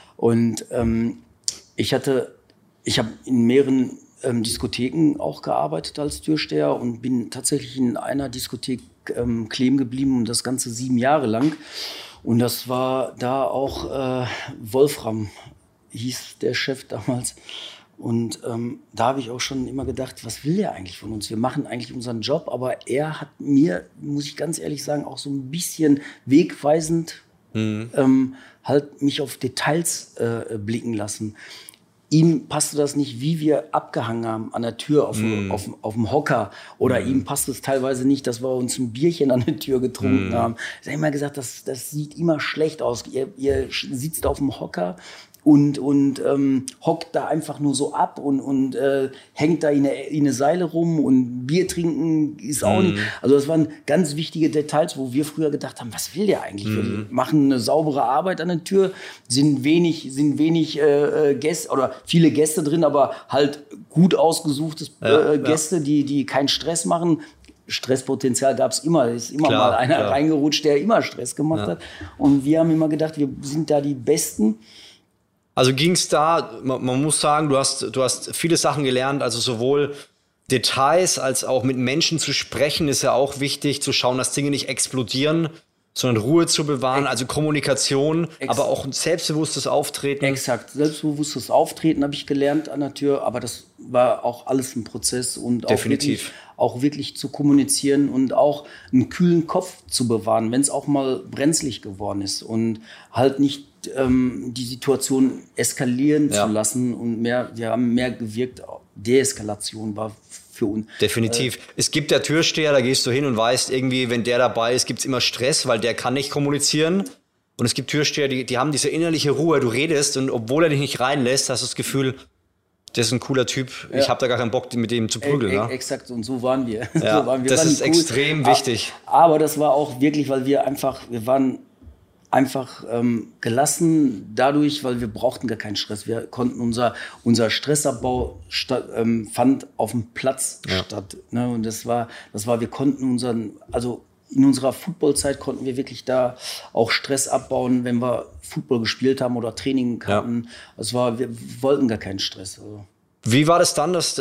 Und ähm, ich hatte, ich habe in mehreren Ähm, Diskotheken auch gearbeitet als Türsteher und bin tatsächlich in einer Diskothek ähm, kleben geblieben und das Ganze sieben Jahre lang. Und das war da auch äh, Wolfram, hieß der Chef damals. Und ähm, da habe ich auch schon immer gedacht, was will der eigentlich von uns? Wir machen eigentlich unseren Job, aber er hat mir, muss ich ganz ehrlich sagen, auch so ein bisschen wegweisend mhm. ähm, halt mich auf Details äh, blicken lassen. Ihm passte das nicht, wie wir abgehangen haben an der Tür auf, mm. auf, auf dem Hocker. Oder mm. ihm passte es teilweise nicht, dass wir uns ein Bierchen an der Tür getrunken mm. haben. Ich habe immer gesagt, das, das sieht immer schlecht aus. Ihr, ihr sitzt auf dem Hocker und, und ähm, hockt da einfach nur so ab und, und äh, hängt da in eine, in eine Seile rum und Bier trinken ist auch Mhm. nicht. Also das waren ganz wichtige Details, wo wir früher gedacht haben, was will der eigentlich? Mhm. Wir machen eine saubere Arbeit an der Tür, sind wenig, sind wenig äh, Gäste oder viele Gäste drin, aber halt gut ausgesuchte Ja, äh, Gäste, ja. die, die keinen Stress machen. Stresspotenzial gab es immer. Es ist immer Klar, mal einer klar. reingerutscht, der immer Stress gemacht Ja. hat. Und wir haben immer gedacht, wir sind da die Besten. Also ging es da, man, man muss sagen, du hast, du hast viele Sachen gelernt, also sowohl Details als auch mit Menschen zu sprechen, ist ja auch wichtig, zu schauen, dass Dinge nicht explodieren, sondern Ruhe zu bewahren, also Kommunikation, Ex- aber auch ein selbstbewusstes Auftreten. Exakt, selbstbewusstes Auftreten habe ich gelernt an der Tür, aber das war auch alles ein Prozess und auch Definitiv. wirklich, auch wirklich zu kommunizieren und auch einen kühlen Kopf zu bewahren, wenn es auch mal brenzlig geworden ist und halt nicht ähm, die Situation eskalieren Ja. zu lassen und mehr, wir haben mehr gewirkt, Deeskalation war für uns. Definitiv. Es gibt der Türsteher, da gehst du hin und weißt irgendwie, wenn der dabei ist, gibt es immer Stress, weil der kann nicht kommunizieren. Und es gibt Türsteher, die, die haben diese innerliche Ruhe, du redest und obwohl er dich nicht reinlässt, hast du das Gefühl, das ist ein cooler Typ, Ja. ich habe da gar keinen Bock, mit dem zu prügeln. E- ne? Exakt, und so waren wir. Ja, so waren wir. das waren ist cool. extrem wichtig. Aber das war auch wirklich, weil wir einfach, wir waren einfach ähm, gelassen dadurch, weil wir brauchten gar keinen Stress. Wir konnten unser, unser Stressabbau statt, ähm, fand auf dem Platz Ja. statt. Ne? Und das war, das war, wir konnten unseren, also in unserer Footballzeit konnten wir wirklich da auch Stress abbauen, wenn wir Football gespielt haben oder Training hatten. Es war, wir wollten gar keinen Stress. Also. Wie war das dann, dass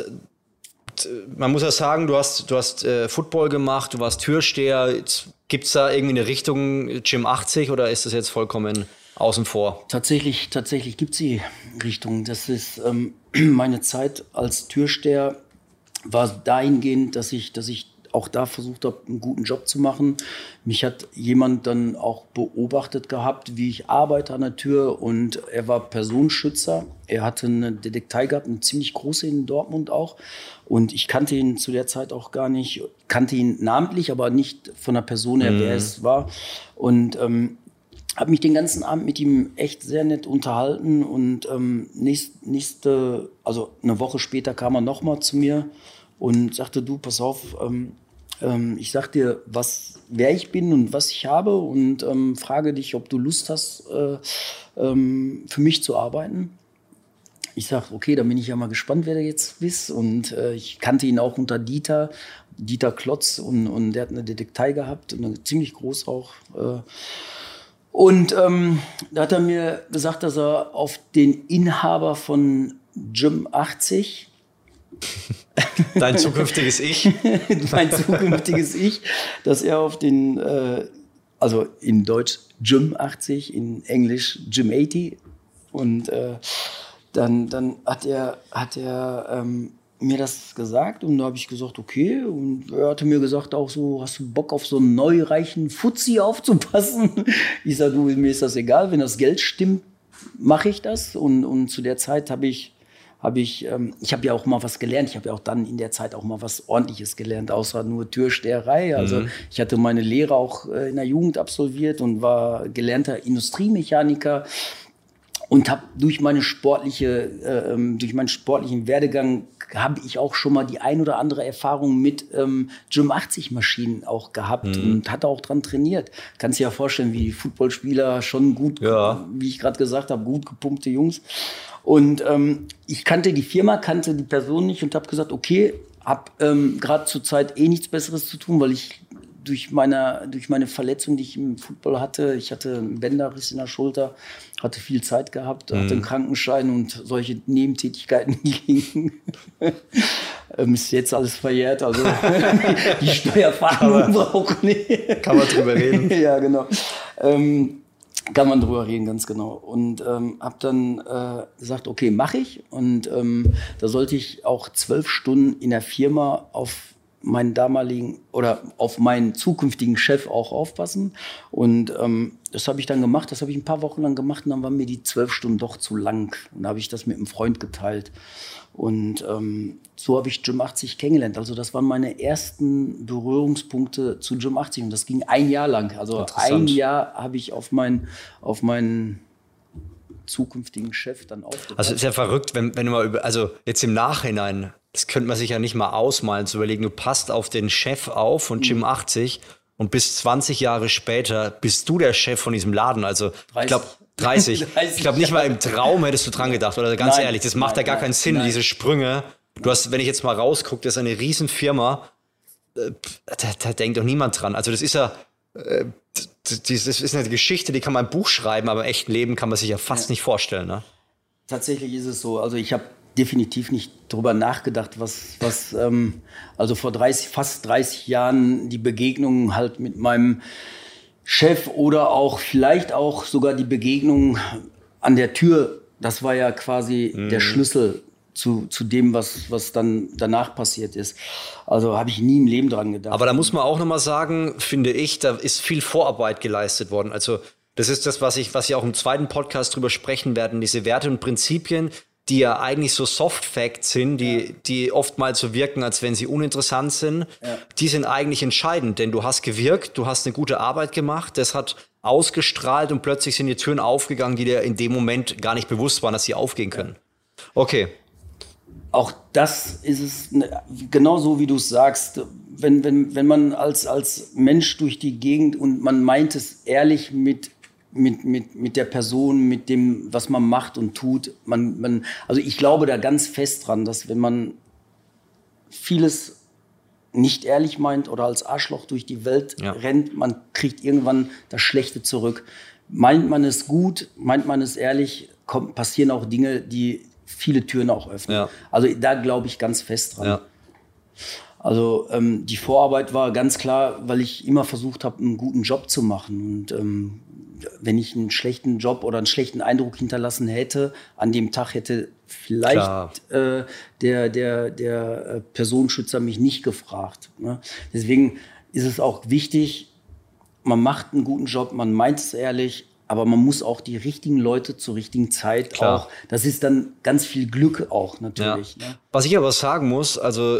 man muss ja sagen, du hast, du hast äh, Football gemacht, du warst Türsteher. Gibt es da irgendwie eine Richtung Gym achtzig oder ist das jetzt vollkommen außen vor? Tatsächlich, tatsächlich gibt es die Richtung. Das ist ähm, meine Zeit als Türsteher war dahingehend, dass ich, dass ich auch da versucht habe, einen guten Job zu machen. Mich hat jemand dann auch beobachtet gehabt, wie ich arbeite an der Tür, und er war Personenschützer. Er hatte eine Detektei gehabt, eine ziemlich große in Dortmund auch, und ich kannte ihn zu der Zeit auch gar nicht, kannte ihn namentlich, aber nicht von der Person her, Mhm. wer es war, und ähm, habe mich den ganzen Abend mit ihm echt sehr nett unterhalten, und ähm, nächst, nächste, also eine Woche später kam er nochmal zu mir und sagte, du, pass auf, ähm, ähm, ich sag dir, was, wer ich bin und was ich habe, und ähm, frage dich, ob du Lust hast, äh, ähm, für mich zu arbeiten. Ich sag, okay, dann bin ich ja mal gespannt, wer du jetzt bist, und äh, ich kannte ihn auch unter Dieter, Dieter Klotz, und, und der hat eine Detektei gehabt, eine ziemlich groß auch, äh, und ähm, da hat er mir gesagt, dass er auf den Inhaber von Gym achtzig, Dein zukünftiges Ich? mein zukünftiges Ich, dass er auf den, äh, also in Deutsch Gym achtzig, in Englisch Gym achtzig, und äh, dann, dann hat er, hat er ähm, mir das gesagt, und da habe ich gesagt, okay, und er hatte mir gesagt auch so, hast du Bock auf so einen neureichen Fuzzi aufzupassen? Ich sage, du, mir ist das egal, wenn das Geld stimmt, mache ich das, und, und zu der Zeit habe ich habe ich, ähm, ich habe ja auch mal was gelernt. Ich habe ja auch dann in der Zeit auch mal was Ordentliches gelernt, außer nur Türsteherei. Also mhm. ich hatte meine Lehre auch äh, in der Jugend absolviert und war gelernter Industriemechaniker und habe durch meine sportliche, äh, durch meinen sportlichen Werdegang habe ich auch schon mal die ein oder andere Erfahrung mit ähm, Gym achtzig Maschinen auch gehabt mhm. und hatte auch dran trainiert. Kannst dir ja vorstellen, wie die Footballspieler schon gut, ja. wie ich gerade gesagt habe, gut gepumpte Jungs. Und ähm, ich kannte die Firma, kannte die Person nicht und habe gesagt, okay, habe ähm, gerade zur Zeit eh nichts Besseres zu tun, weil ich durch meine, durch meine Verletzung, die ich im Football hatte, ich hatte einen Bänderriss in der Schulter, hatte viel Zeit gehabt, mhm. hatte einen Krankenschein und solche Nebentätigkeiten gingen. ähm, ist jetzt alles verjährt, also die Steuerfahndung braucht nicht. Kann man drüber reden. Ja, genau. Ähm, Kann man drüber reden, ganz genau. Und ähm, habe dann äh, gesagt, okay, mache ich. Und ähm, da sollte ich auch zwölf Stunden in der Firma auf meinen damaligen oder auf meinen zukünftigen Chef auch aufpassen. Und ähm, das habe ich dann gemacht. Das habe ich ein paar Wochen lang gemacht. Und dann waren mir die zwölf Stunden doch zu lang. Und da habe ich das mit einem Freund geteilt. Und ähm, so habe ich Gym achtzig kennengelernt. Also das waren meine ersten Berührungspunkte zu Gym achtzig. Und das ging ein Jahr lang. Also ein Jahr habe ich auf meinen auf mein zukünftigen Chef dann aufgebaut. Also ist ja verrückt, wenn, wenn du mal über, also jetzt im Nachhinein, das könnte man sich ja nicht mal ausmalen, zu überlegen, du passt auf den Chef auf von Gym achtzig und bis zwanzig Jahre später bist du der Chef von diesem Laden. Also ich glaube dreißig. Ich glaube nicht mal im Traum hättest du dran gedacht. Oder ganz nein, ehrlich, das macht nein, ja gar keinen Sinn, nein. diese Sprünge. Du hast, wenn ich jetzt mal rausgucke, das ist eine Riesenfirma, äh, da, da denkt doch niemand dran. Also das ist ja, äh, das, das ist eine Geschichte, die kann man im Buch schreiben, aber im echten Leben kann man sich ja fast ja. nicht vorstellen. Ne? Tatsächlich ist es so. Also ich habe definitiv nicht drüber nachgedacht, was, was ähm, also vor dreißig, fast dreißig Jahren die Begegnung halt mit meinem Chef oder auch vielleicht auch sogar die Begegnung an der Tür, das war ja quasi mhm. der Schlüssel zu, zu dem, was, was dann danach passiert ist. Also habe ich nie im Leben dran gedacht. Aber da muss man auch nochmal sagen, finde ich, da ist viel Vorarbeit geleistet worden. Also das ist das, was ich, was ich auch im zweiten Podcast drüber sprechen werden, diese Werte und Prinzipien, die ja eigentlich so Soft Facts sind, die, ja. die oftmals so wirken, als wenn sie uninteressant sind, ja. die sind eigentlich entscheidend, denn du hast gewirkt, du hast eine gute Arbeit gemacht, das hat ausgestrahlt und plötzlich sind die Türen aufgegangen, die dir in dem Moment gar nicht bewusst waren, dass sie aufgehen können. Ja. Okay. Auch das ist es, genau so wie du es sagst, wenn, wenn, wenn man als, als Mensch durch die Gegend und man meint es ehrlich mit Mit, mit, mit der Person, mit dem, was man macht und tut. Man, man, also ich glaube da ganz fest dran, dass wenn man vieles nicht ehrlich meint oder als Arschloch durch die Welt ja. rennt, man kriegt irgendwann das Schlechte zurück. Meint man es gut, meint man es ehrlich, kommt, passieren auch Dinge, die viele Türen auch öffnen. Ja. Also da glaube ich ganz fest dran. Ja. Also ähm, die Vorarbeit war ganz klar, weil ich immer versucht habe, einen guten Job zu machen. Und ähm, wenn ich einen schlechten Job oder einen schlechten Eindruck hinterlassen hätte, an dem Tag hätte vielleicht äh, der, der, der Personenschützer mich nicht gefragt. Ne? Deswegen ist es auch wichtig, man macht einen guten Job, man meint es ehrlich, aber man muss auch die richtigen Leute zur richtigen Zeit Klar. auch. Das ist dann ganz viel Glück auch natürlich. Ja. Ne? Was ich aber sagen muss, also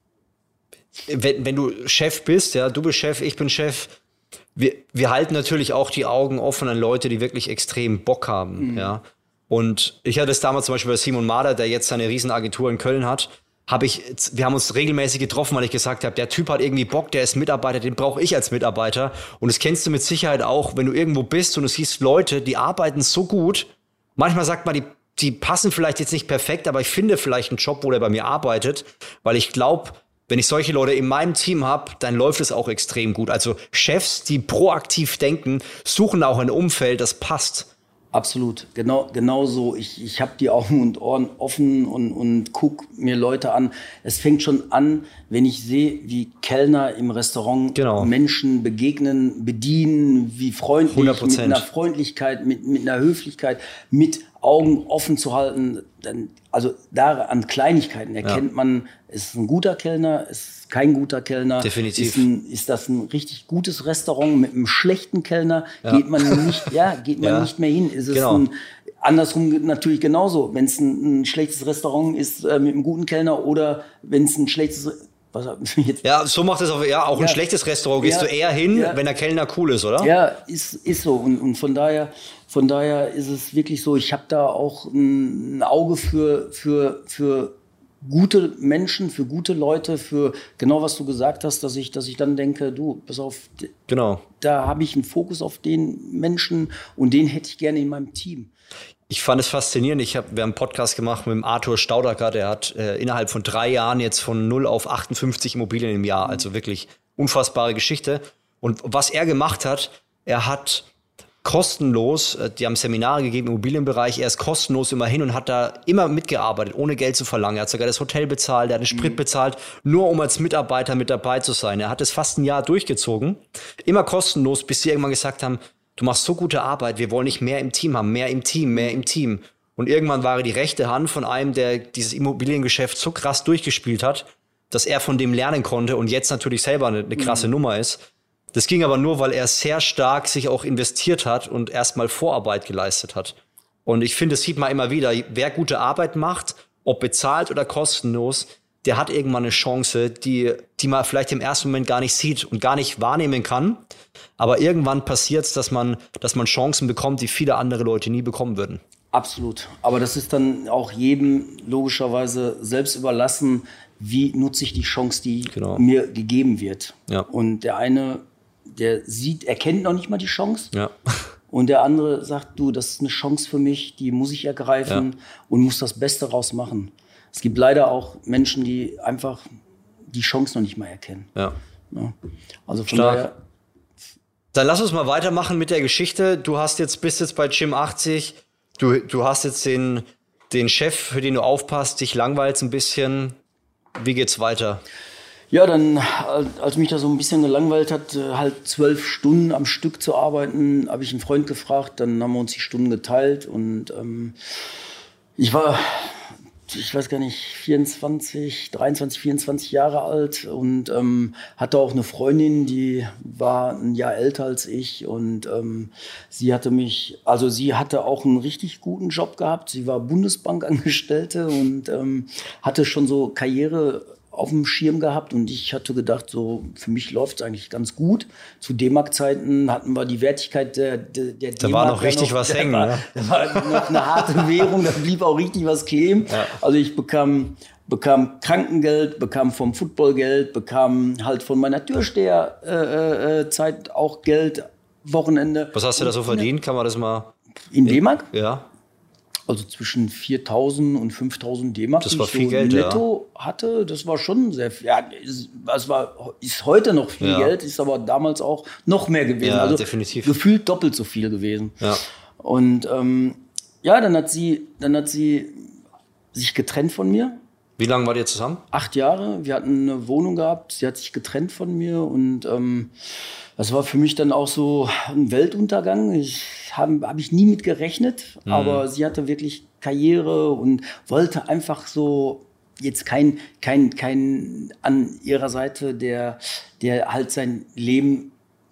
wenn, wenn du Chef bist, ja, du bist Chef, ich bin Chef, wir, wir halten natürlich auch die Augen offen an Leute, die wirklich extrem Bock haben, mhm. ja. Und ich hatte es damals zum Beispiel bei Simon Mader, der jetzt seine Riesenagentur in Köln hat, habe ich, wir haben uns regelmäßig getroffen, weil ich gesagt habe, der Typ hat irgendwie Bock, der ist Mitarbeiter, den brauche ich als Mitarbeiter. Und das kennst du mit Sicherheit auch, wenn du irgendwo bist und du siehst Leute, die arbeiten so gut. Manchmal sagt man, die, die passen vielleicht jetzt nicht perfekt, aber ich finde vielleicht einen Job, wo der bei mir arbeitet, weil ich glaube, wenn ich solche Leute in meinem Team habe, dann läuft es auch extrem gut. Also Chefs, die proaktiv denken, suchen auch ein Umfeld, das passt. Absolut, genau, genau so. Ich, ich habe die Augen und Ohren offen und, und gucke mir Leute an. Es fängt schon an, wenn ich sehe, wie Kellner im Restaurant genau. Menschen begegnen, bedienen, wie freundlich, hundert Prozent. Mit einer Freundlichkeit, mit, mit einer Höflichkeit, mit Augen offen zu halten. Dann, also da an Kleinigkeiten erkennt ja. man, ist ein guter Kellner, ist kein guter Kellner. Definitiv. Ist, ein, ist das ein richtig gutes Restaurant mit einem schlechten Kellner? Ja. Geht man nicht, ja, geht man ja. nicht mehr hin. Ist es genau. ein, andersrum natürlich genauso. Wenn es ein, ein schlechtes Restaurant ist äh, mit einem guten Kellner oder wenn es ein schlechtes Was, jetzt? Ja, so macht es auch, ja, auch ja. ein schlechtes Restaurant. Gehst ja. du eher hin, ja. wenn der Kellner cool ist, oder? Ja, ist, ist so. Und, und von daher, von daher ist es wirklich so, ich habe da auch ein, ein Auge für, für, für gute Menschen, für gute Leute, für genau was du gesagt hast, dass ich, dass ich dann denke, du, pass auf, genau. da habe ich einen Fokus auf den Menschen und den hätte ich gerne in meinem Team. Ich fand es faszinierend. Ich hab, wir haben einen Podcast gemacht mit dem Arthur Staudacker, der hat äh, innerhalb von drei Jahren jetzt von null auf achtundfünfzig Immobilien im Jahr. Also wirklich unfassbare Geschichte. Und was er gemacht hat, er hat kostenlos, äh, die haben Seminare gegeben im Immobilienbereich, er ist kostenlos immer hin und hat da immer mitgearbeitet, ohne Geld zu verlangen. Er hat sogar das Hotel bezahlt, er hat den Sprit mhm. bezahlt, nur um als Mitarbeiter mit dabei zu sein. Er hat es fast ein Jahr durchgezogen, immer kostenlos, bis sie irgendwann gesagt haben, du machst so gute Arbeit, wir wollen nicht mehr im Team haben, mehr im Team, mehr im Team. Und irgendwann war er die rechte Hand von einem, der dieses Immobiliengeschäft so krass durchgespielt hat, dass er von dem lernen konnte und jetzt natürlich selber eine, eine krasse mhm. Nummer ist. Das ging aber nur, weil er sehr stark sich auch investiert hat und erstmal Vorarbeit geleistet hat. Und ich finde, das sieht man immer wieder, wer gute Arbeit macht, ob bezahlt oder kostenlos, der hat irgendwann eine Chance, die, die man vielleicht im ersten Moment gar nicht sieht und gar nicht wahrnehmen kann. Aber irgendwann passiert es, dass man, dass man Chancen bekommt, die viele andere Leute nie bekommen würden. Absolut. Aber das ist dann auch jedem logischerweise selbst überlassen, wie nutze ich die Chance, die genau. mir gegeben wird. Ja. Und der eine, der sieht, erkennt noch nicht mal die Chance. Ja. Und der andere sagt, du, das ist eine Chance für mich, die muss ich ergreifen ja. und muss das Beste raus machen. Es gibt leider auch Menschen, die einfach die Chance noch nicht mal erkennen. Ja. Ja. Also von Stark. daher. Dann lass uns mal weitermachen mit der Geschichte. Du hast jetzt, bist jetzt bei Gym achtzig. Du, du hast jetzt den, den Chef, für den du aufpasst, dich langweilst ein bisschen. Wie geht's weiter? Ja, dann, als mich das so ein bisschen gelangweilt hat, halt zwölf Stunden am Stück zu arbeiten, habe ich einen Freund gefragt, dann haben wir uns die Stunden geteilt und ähm, ich war, ich weiß gar nicht, vierundzwanzig, dreiundzwanzig, vierundzwanzig Jahre alt und ähm, hatte auch eine Freundin, die war ein Jahr älter als ich und ähm, sie hatte mich, also sie hatte auch einen richtig guten Job gehabt, sie war Bundesbankangestellte und ähm, hatte schon so Karriere auf dem Schirm gehabt und ich hatte gedacht, so für mich läuft es eigentlich ganz gut. Zu D-Mark-Zeiten hatten wir die Wertigkeit der, der, der D-Mark. Da war noch richtig noch, was hängen. War, ne? Da war noch eine harte Währung, da blieb auch richtig was kleben. Ja. Also ich bekam, bekam Krankengeld, bekam vom Football Geld, bekam halt von meiner Türsteherzeit äh, äh, auch Geld, Wochenende. Was hast du da so verdient? Kann man das mal... In D-Mark? Ja. Also zwischen viertausend und fünftausend D-Mark, das die war ich viel so Geld, netto ja. hatte. Das war schon sehr viel. Ja, es war, ist heute noch viel ja. Geld, ist aber damals auch noch mehr gewesen. Ja, also definitiv. Gefühlt doppelt so viel gewesen. Ja. Und ähm, ja, dann hat sie, dann hat sie sich getrennt von mir. Wie lange wart ihr zusammen? Acht Jahre. Wir hatten eine Wohnung gehabt. Sie hat sich getrennt von mir und ähm, das war für mich dann auch so ein Weltuntergang. Ich habe hab ich nie mit gerechnet, mhm. aber sie hatte wirklich Karriere und wollte einfach so jetzt kein kein kein an ihrer Seite, der der halt sein Leben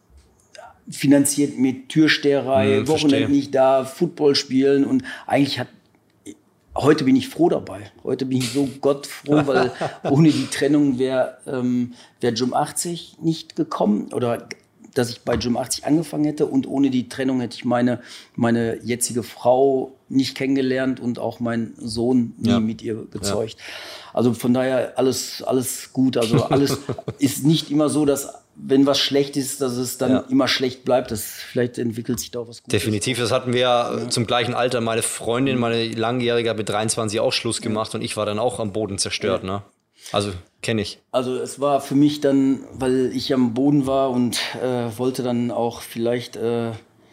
finanziert mit Türsteherei, mhm, Wochenende nicht da, Football spielen und eigentlich hat heute bin ich froh dabei. Heute bin ich so gottfroh, weil ohne die Trennung wäre ähm, wär Gym achtzig nicht gekommen oder dass ich bei Gym achtzig angefangen hätte und ohne die Trennung hätte ich meine, meine jetzige Frau nicht kennengelernt und auch meinen Sohn nie ja. mit ihr gezeugt. Ja. Also von daher alles, alles gut. Also alles ist nicht immer so, dass wenn was schlecht ist, dass es dann ja. immer schlecht bleibt. Das, vielleicht entwickelt sich da auch was Gutes. Definitiv, das hatten wir ja, ja. zum gleichen Alter. Meine Freundin, meine Langjährige hat mit dreiundzwanzig auch Schluss gemacht ja. und ich war dann auch am Boden zerstört. Ja. Ne? Also kenne ich. Also es war für mich dann, weil ich am Boden war und äh, wollte dann auch vielleicht äh,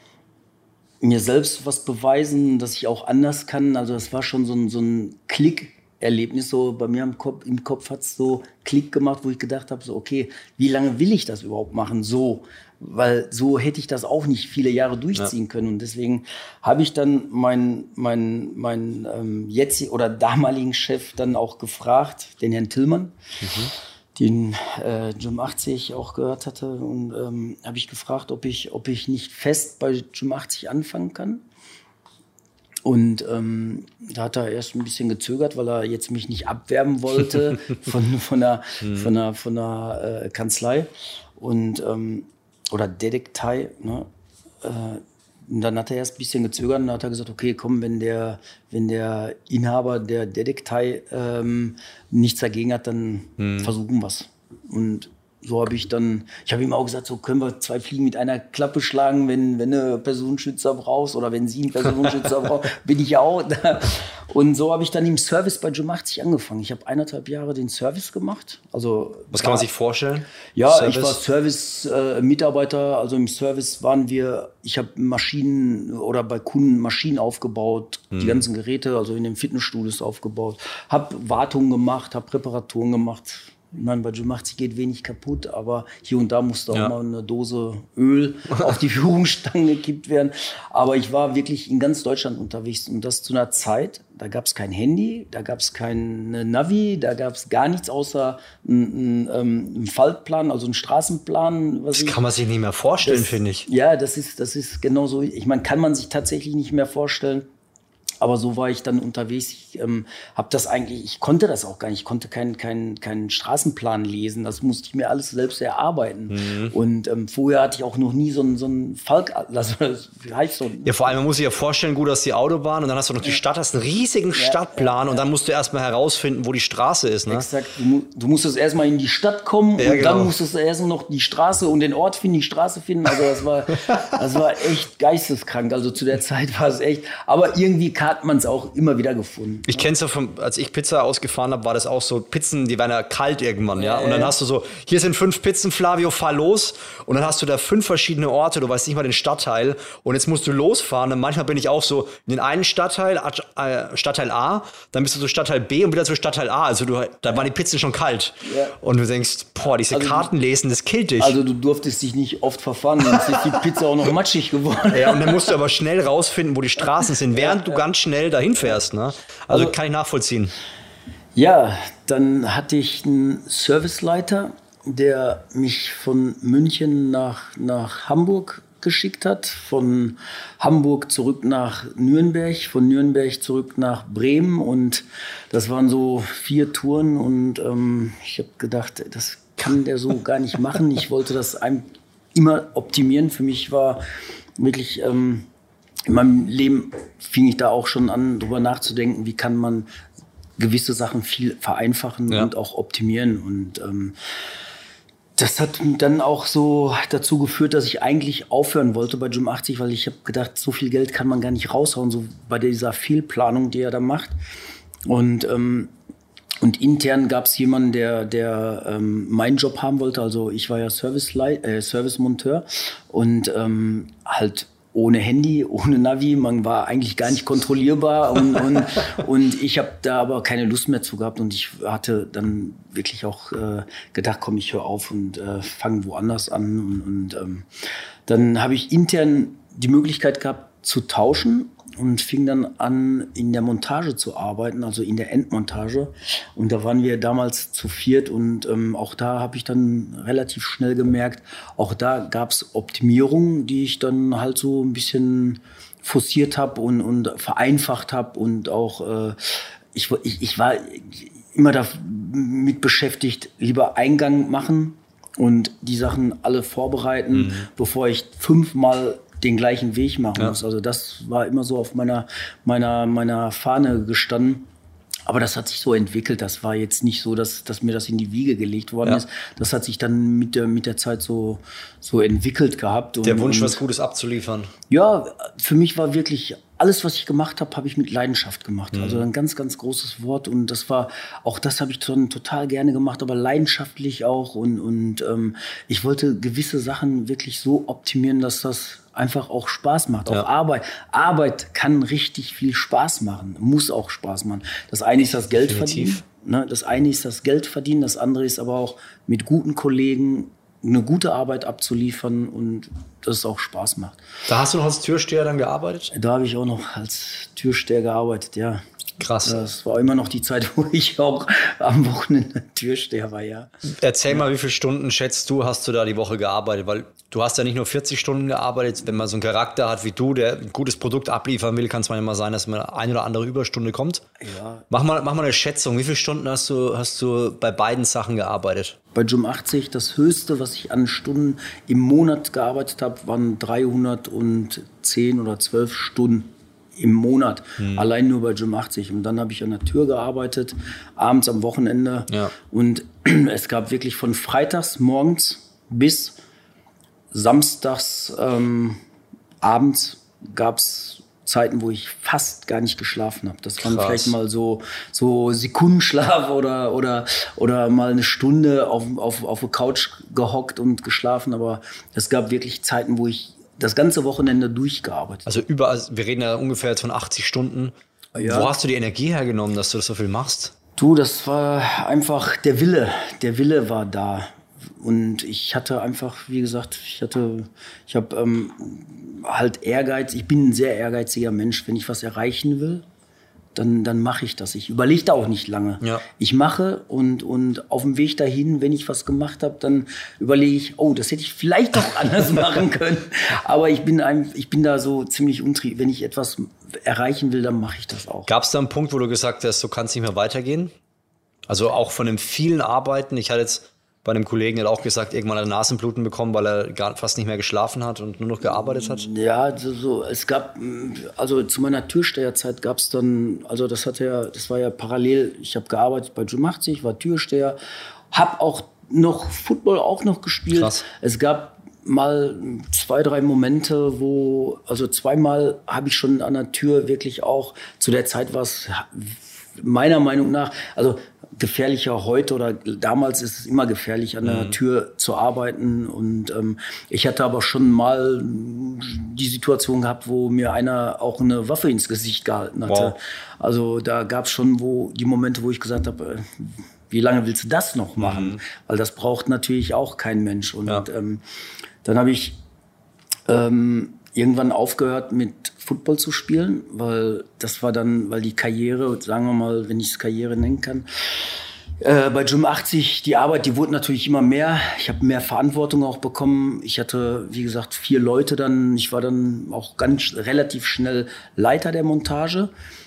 mir selbst was beweisen, dass ich auch anders kann. Also es war schon so ein, so ein Klick-Erlebnis. So bei mir im Kopf, im Kopf hat es so Klick gemacht, wo ich gedacht habe, so okay, wie lange will ich das überhaupt machen? So, weil so hätte ich das auch nicht viele Jahre durchziehen ja. können. Und deswegen habe ich dann meinen mein, mein, ähm, jetzigen oder damaligen Chef dann auch gefragt, den Herrn Tillmann, mhm. den äh, Gym achtzig auch gehört hatte. Und ähm, habe ich gefragt, ob ich, ob ich nicht fest bei Gym achtzig anfangen kann. Und ähm, da hat er erst ein bisschen gezögert, weil er jetzt mich nicht abwerben wollte von, von der, mhm. von der, von der äh, Kanzlei. Und ähm, oder Detektei, ne? Äh, und dann hat er erst ein bisschen gezögert und dann hat er gesagt, okay, komm, wenn der, wenn der Inhaber der Detektei ähm, nichts dagegen hat, dann hm. versuchen wir es. Und so habe ich dann, ich habe ihm auch gesagt, so können wir zwei Fliegen mit einer Klappe schlagen, wenn, wenn du Personenschützer brauchst oder wenn sie einen Personenschützer braucht, bin ich ja auch da. Und so habe ich dann im Service bei Gym achtzig angefangen. Ich habe eineinhalb Jahre den Service gemacht. Also, was kann man sich vorstellen? Ja, Service? Ich war Service-Mitarbeiter. Äh, also im Service waren wir, ich habe Maschinen oder bei Kunden Maschinen aufgebaut, hm. die ganzen Geräte, also in den Fitnessstudios aufgebaut, habe Wartungen gemacht, habe Reparaturen gemacht. Ich meine, bei Gym achtzig geht wenig kaputt, aber hier und da musste auch ja. mal eine Dose Öl auf die Führungsstange gekippt werden. Aber ich war wirklich in ganz Deutschland unterwegs und das zu einer Zeit, da gab es kein Handy, da gab es kein Navi, da gab es gar nichts außer einen, einen Faltplan, also einen Straßenplan. Was das ich, kann man sich nicht mehr vorstellen, finde ich. Ja, das ist, das ist genau so. Ich meine, kann man sich tatsächlich nicht mehr vorstellen. aber so war ich dann unterwegs. Ich ähm, habe das eigentlich, ich konnte das auch gar nicht. Ich konnte keinen keinen keinen Straßenplan lesen. Das musste ich mir alles selbst erarbeiten. Mhm. Und ähm, vorher hatte ich auch noch nie so einen so einen Falkatlas. Wie heißt so? Ja, vor allem, man muss sich ja vorstellen, gut, dass die Autobahn und dann hast du noch die Stadt, hast einen riesigen ja, Stadtplan ja, ja. und dann musst du erstmal herausfinden, wo die Straße ist. Ne? Exakt. Du, du musstest erstmal in die Stadt kommen ja, und genau. dann musstest du erst noch die Straße und den Ort finden, die Straße finden. Also das war, das war echt geisteskrank. Also zu der Zeit war es echt. Aber irgendwie hat man es auch immer wieder gefunden. Ich kenne es ja, von, als ich Pizza ausgefahren habe, war das auch so, Pizzen, die werden ja kalt irgendwann. ja. Und dann hast du so, hier sind fünf Pizzen, Flavio, fahr los. Und dann hast du da fünf verschiedene Orte, du weißt nicht mal den Stadtteil. Und jetzt musst du losfahren. Und manchmal bin ich auch so in den einen Stadtteil, äh, Stadtteil A, dann bist du so Stadtteil B und wieder zu Stadtteil A. Also du, da waren die Pizzen schon kalt. Ja. Und du denkst, boah, diese also Karten du, lesen, das killt dich. Also du durftest dich nicht oft verfahren, sonst ist die Pizza auch noch matschig geworden. Ja, und dann musst du aber schnell rausfinden, wo die Straßen sind, während ja, du ja. ganz schnell dahin fährst. Ne? Also, also kann ich nachvollziehen. Ja, dann hatte ich einen Serviceleiter, der mich von München nach, nach Hamburg geschickt hat, von Hamburg zurück nach Nürnberg, von Nürnberg zurück nach Bremen und das waren so vier Touren und ähm, ich habe gedacht, das kann der so gar nicht machen. Ich wollte das einem immer optimieren. Für mich war wirklich, ähm, in meinem Leben fing ich da auch schon an, drüber nachzudenken, wie kann man gewisse Sachen viel vereinfachen ja. und auch optimieren und ähm, das hat dann auch so dazu geführt, dass ich eigentlich aufhören wollte bei Gym achtzig, weil ich habe gedacht, so viel Geld kann man gar nicht raushauen, so bei dieser Fehlplanung, die er da macht. Und, ähm, und intern gab es jemanden, der, der ähm, meinen Job haben wollte. Also ich war ja Service äh, Servicemonteur und ähm, halt ohne Handy, ohne Navi, man war eigentlich gar nicht kontrollierbar und, und, und ich habe da aber keine Lust mehr zu gehabt und ich hatte dann wirklich auch äh, gedacht, komm, ich höre auf und äh, fange woanders an und, und ähm, dann habe ich intern die Möglichkeit gehabt zu tauschen und fing dann an, in der Montage zu arbeiten, also in der Endmontage. Und da waren wir damals zu viert und ähm, auch da habe ich dann relativ schnell gemerkt, auch da gab es Optimierungen, die ich dann halt so ein bisschen forciert habe und, und vereinfacht habe und auch äh, ich, ich, ich war immer damit beschäftigt, lieber Eingang machen und die Sachen alle vorbereiten, mhm. bevor ich fünfmal den gleichen Weg machen ja. muss. Also das war immer so auf meiner, meiner, meiner Fahne gestanden. Aber das hat sich so entwickelt. Das war jetzt nicht so, dass, dass mir das in die Wiege gelegt worden ja. ist. Das hat sich dann mit der, mit der Zeit so, so entwickelt gehabt. Und, der Wunsch, und, was Gutes abzuliefern. Ja, für mich war wirklich alles, was ich gemacht habe, habe ich mit Leidenschaft gemacht. Mhm. Also ein ganz, ganz großes Wort. Und das war, auch das habe ich schon total gerne gemacht, aber leidenschaftlich auch. Und, und ähm, ich wollte gewisse Sachen wirklich so optimieren, dass das einfach auch Spaß macht. Ja. Auch Arbeit. Arbeit kann richtig viel Spaß machen, muss auch Spaß machen. Das eine ist das Geld Definitiv. verdienen. Ne? Das eine ist das Geld verdienen, das andere ist aber auch mit guten Kollegen eine gute Arbeit abzuliefern und dass es auch Spaß macht. Da hast du noch als Türsteher dann gearbeitet? Da habe ich auch noch als Türsteher gearbeitet, ja. Krass. Das war immer noch die Zeit, wo ich auch am Wochenende Türsteher war, ja. Erzähl mal, wie viele Stunden schätzt du, hast du da die Woche gearbeitet? Weil du hast ja nicht nur vierzig Stunden gearbeitet. Wenn man so einen Charakter hat wie du, der ein gutes Produkt abliefern will, kann es manchmal sein, dass man eine oder andere Überstunde kommt. Ja. Mach mal, mach mal eine Schätzung. Wie viele Stunden hast du, hast du bei beiden Sachen gearbeitet? Bei Gym achtzig, das Höchste, was ich an Stunden im Monat gearbeitet habe, waren dreihundertzehn oder zwölf Stunden. Im Monat, hm. allein nur bei Gym achtzig. Und dann habe ich an der Tür gearbeitet, abends am Wochenende. Ja. Und es gab wirklich von freitags morgens bis samstags ähm, abends gab es Zeiten, wo ich fast gar nicht geschlafen habe. Das waren Krass. vielleicht mal so, so Sekundenschlaf oder, oder, oder mal eine Stunde auf, auf, auf der Couch gehockt und geschlafen. Aber es gab wirklich Zeiten, wo ich das ganze Wochenende durchgearbeitet. Also überall, wir reden ja ungefähr jetzt von achtzig Stunden. Ja. Wo hast du die Energie hergenommen, dass du das so viel machst? Du, das war einfach der Wille. Der Wille war da. Und ich hatte einfach, wie gesagt, ich hatte, ich habe ähm, halt Ehrgeiz. Ich bin ein sehr ehrgeiziger Mensch. Wenn ich was erreichen will, dann, dann mache ich das. Ich überlege da auch nicht lange. Ja. Ich mache und, und auf dem Weg dahin, wenn ich was gemacht habe, dann überlege ich, oh, das hätte ich vielleicht doch anders machen können. Aber ich bin, ein, ich bin da so ziemlich untriebig. Wenn ich etwas erreichen will, dann mache ich das auch. Gab es da einen Punkt, wo du gesagt hast, so kann es nicht mehr weitergehen? Also auch von den vielen Arbeiten. Ich hatte jetzt bei einem Kollegen hat auch gesagt, irgendwann hat er Nasenbluten bekommen, weil er gar, fast nicht mehr geschlafen hat und nur noch gearbeitet hat. Ja, so, so es gab, also zu meiner Türsteherzeit gab es dann, also das hatte ja, das war ja parallel. Ich habe gearbeitet bei Gym achtzig, war Türsteher, habe auch noch Football auch noch gespielt. Krass. Es gab mal zwei, drei Momente, wo, also zweimal habe ich schon an der Tür wirklich auch, zu der Zeit war es meiner Meinung nach, also gefährlicher heute oder damals ist es immer gefährlich, an der mhm. Tür zu arbeiten. Und ähm, ich hatte aber schon mal die Situation gehabt, wo mir einer auch eine Waffe ins Gesicht gehalten hatte. Wow. Also da gab es schon wo die Momente, wo ich gesagt habe, äh, wie lange willst du das noch machen? Mhm. Weil das braucht natürlich auch kein Mensch. Und ja. ähm, dann habe ich ähm, irgendwann aufgehört mit Football zu spielen, weil das war dann, weil die Karriere, sagen wir mal, wenn ich es Karriere nennen kann, äh, bei Gym achtzig, die Arbeit, die wurde natürlich immer mehr. Ich habe mehr Verantwortung auch bekommen. Ich hatte, wie gesagt, vier Leute dann. Ich war dann auch ganz relativ schnell Leiter der Montage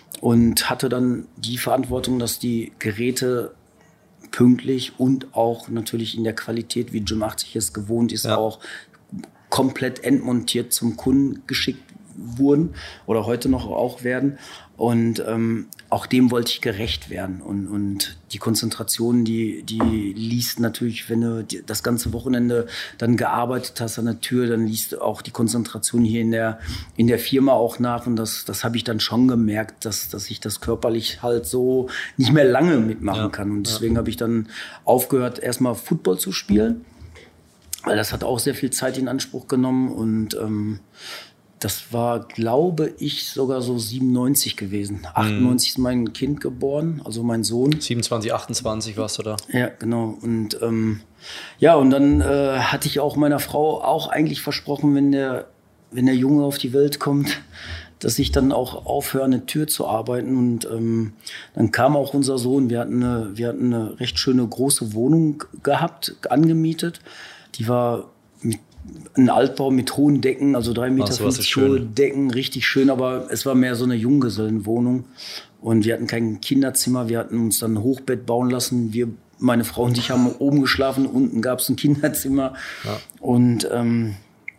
und hatte dann die Verantwortung, dass die Geräte pünktlich und auch natürlich in der Qualität, wie Gym achtzig es gewohnt ist, ja. auch komplett entmontiert zum Kunden geschickt wurden oder heute noch auch werden. Und ähm, auch dem wollte ich gerecht werden. Und, und die Konzentration, die, die liest natürlich, wenn du die, das ganze Wochenende dann gearbeitet hast an der Tür, dann liest auch die Konzentration hier in der, in der Firma auch nach. Und das, das habe ich dann schon gemerkt, dass, dass ich das körperlich halt so nicht mehr lange mitmachen ja. kann. Und deswegen ja. habe ich dann aufgehört, erstmal Football zu spielen. Weil das hat auch sehr viel Zeit in Anspruch genommen und ähm, das war, glaube ich, sogar so siebenundneunzig gewesen. Mhm. achtundneunzig ist mein Kind geboren, also mein Sohn. siebenundzwanzig, achtundzwanzig warst du da. Ja, genau. Und ähm, ja, und dann äh, hatte ich auch meiner Frau auch eigentlich versprochen, wenn der, wenn der Junge auf die Welt kommt, dass ich dann auch aufhöre, an der Tür zu arbeiten. Und ähm, dann kam auch unser Sohn. Wir hatten eine, wir hatten eine recht schöne große Wohnung gehabt, angemietet. Die war mit, ein Altbau mit hohen Decken, also drei Meter fünfzig hohe Decken, richtig schön, aber es war mehr so eine Junggesellenwohnung. Und wir hatten kein Kinderzimmer, wir hatten uns dann ein Hochbett bauen lassen. Wir, meine Frau und ich haben oben geschlafen, unten gab es ein Kinderzimmer. Ja. Und ähm,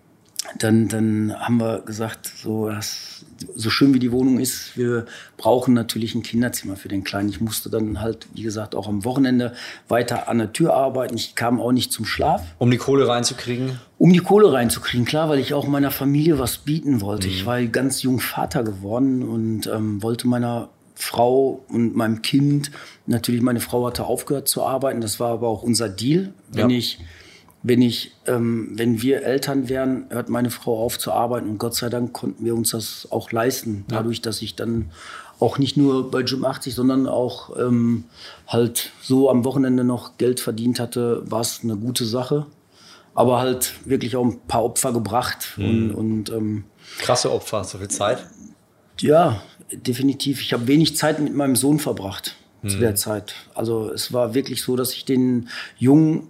dann, dann haben wir gesagt, so, das, so schön wie die Wohnung ist, wir brauchen natürlich ein Kinderzimmer für den Kleinen. Ich musste dann halt, wie gesagt, auch am Wochenende weiter an der Tür arbeiten. Ich kam auch nicht zum Schlaf. Um die Kohle reinzukriegen? Um die Kohle reinzukriegen, klar, weil ich auch meiner Familie was bieten wollte. Mhm. Ich war ganz jung Vater geworden und ähm, wollte meiner Frau und meinem Kind, natürlich meine Frau hatte aufgehört zu arbeiten, das war aber auch unser Deal. Wenn ja. ich Wenn ich, ähm, wenn wir Eltern wären, hört meine Frau auf zu arbeiten und Gott sei Dank konnten wir uns das auch leisten. Ja. Dadurch, dass ich dann auch nicht nur bei Gym achtzig, sondern auch ähm, halt so am Wochenende noch Geld verdient hatte, war es eine gute Sache. Aber halt wirklich auch ein paar Opfer gebracht. Mhm. Und, und, ähm, krasse Opfer, so viel Zeit? Ja, definitiv. Ich habe wenig Zeit mit meinem Sohn verbracht mhm. zu der Zeit. Also es war wirklich so, dass ich den Jungen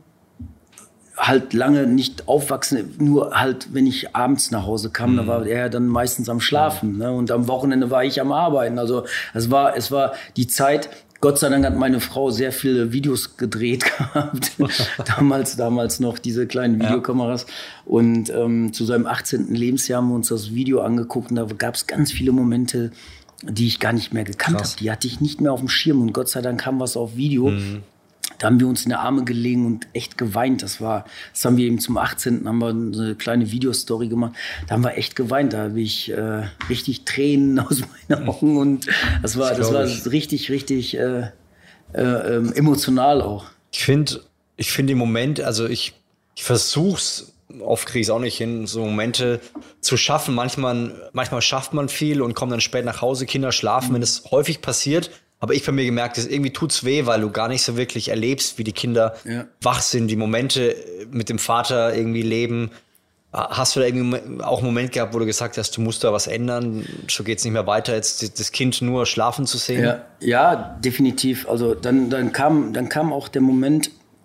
halt lange nicht aufwachsen, nur halt, wenn ich abends nach Hause kam, mhm. da war er dann meistens am Schlafen, ne? Und am Wochenende war ich am Arbeiten. Also es war, es war die Zeit, Gott sei Dank hat meine Frau sehr viele Videos gedreht gehabt, damals, damals noch diese kleinen Videokameras. Ja. Und ähm, zu seinem achtzehnten Lebensjahr haben wir uns das Video angeguckt und da gab es ganz viele Momente, die ich gar nicht mehr gekannt habe. Die hatte ich nicht mehr auf dem Schirm und Gott sei Dank kam was auf Video. Mhm. Da haben wir uns in die Arme gelegen und echt geweint. Das war, das haben wir eben zum achtzehnten haben wir eine kleine Videostory gemacht. Da haben wir echt geweint. Da habe ich äh, richtig Tränen aus meinen Augen und das war, das, das war richtig, richtig äh, äh, äh, emotional auch. Ich finde, ich finde im Moment, also ich, ich versuch's, oft kriege ich es auch nicht hin, so Momente zu schaffen. Manchmal, manchmal schafft man viel und kommt dann spät nach Hause, Kinder schlafen, mhm. wenn es häufig passiert. Aber ich habe mir gemerkt, dass irgendwie tut's weh, weil du gar nicht so wirklich erlebst, wie die Kinder ja. wach sind, die Momente mit dem Vater irgendwie leben. Hast du da irgendwie auch einen Moment gehabt, wo du gesagt hast, du musst da was ändern, so geht's nicht mehr weiter, jetzt das Kind nur schlafen zu sehen? Ja, ja, definitiv. Also dann, dann kam, dann kam auch der Moment,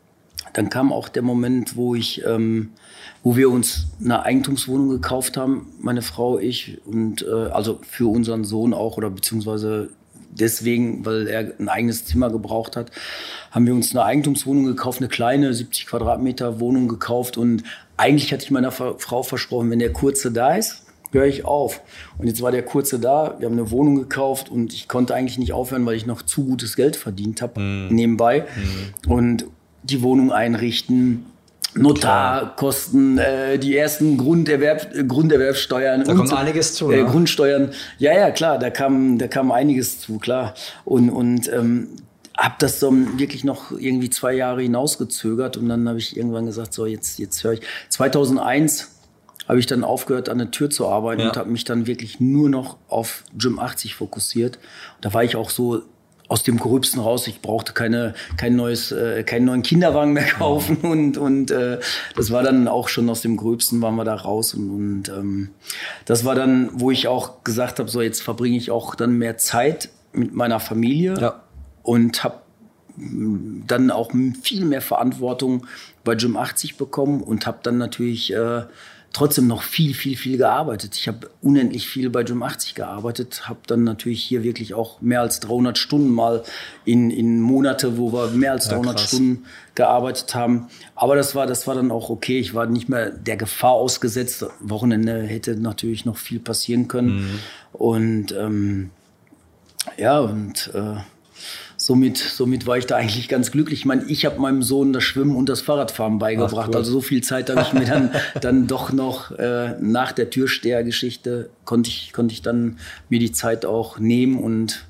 dann kam auch der Moment, wo ich, ähm, wo wir uns eine Eigentumswohnung gekauft haben, meine Frau, ich und äh, also für unseren Sohn auch oder beziehungsweise deswegen, weil er ein eigenes Zimmer gebraucht hat, haben wir uns eine Eigentumswohnung gekauft, eine kleine siebzig Quadratmeter Wohnung gekauft und eigentlich hatte ich meiner Frau versprochen, wenn der Kurze da ist, höre ich auf. Und jetzt war der Kurze da, wir haben eine Wohnung gekauft und ich konnte eigentlich nicht aufhören, weil ich noch zu gutes Geld verdient habe mm. nebenbei. Mm. Und die Wohnung einrichten, Notarkosten, äh, die ersten Grunderwerb, Grunderwerbsteuern. Da und, kommt einiges zu, äh, ne? Grundsteuern. Ja, ja, klar, da kam, da kam einiges zu, klar. Und, und ähm, habe das dann wirklich noch irgendwie zwei Jahre hinausgezögert und dann habe ich irgendwann gesagt, so jetzt, jetzt höre ich. zweitausendeins habe ich dann aufgehört, an der Tür zu arbeiten ja. und habe mich dann wirklich nur noch auf Gym achtzig fokussiert. Und da war ich auch so aus dem Gröbsten raus. Ich brauchte keine, kein neues, äh, keinen neuen Kinderwagen mehr kaufen und, und äh, das war dann auch schon aus dem Gröbsten waren wir da raus und, und ähm, das war dann, wo ich auch gesagt habe, so jetzt verbringe ich auch dann mehr Zeit mit meiner Familie ja. und habe dann auch viel mehr Verantwortung bei Gym achtzig bekommen und habe dann natürlich äh, trotzdem noch viel, viel, viel gearbeitet. Ich habe unendlich viel bei Gym achtzig gearbeitet, habe dann natürlich hier wirklich auch mehr als dreihundert Stunden mal in, in Monate, wo wir mehr als dreihundert ja, Stunden gearbeitet haben. Aber das war, das war dann auch okay. Ich war nicht mehr der Gefahr ausgesetzt. Wochenende hätte natürlich noch viel passieren können. Mhm. Und ähm, ja, und äh, Somit, somit war ich da eigentlich ganz glücklich. Ich meine, ich habe meinem Sohn das Schwimmen und das Fahrradfahren beigebracht. Ach, cool. Also so viel Zeit habe ich mir dann, dann doch noch äh, nach der Türstehergeschichte konnte ich, konnte ich dann mir die Zeit auch nehmen und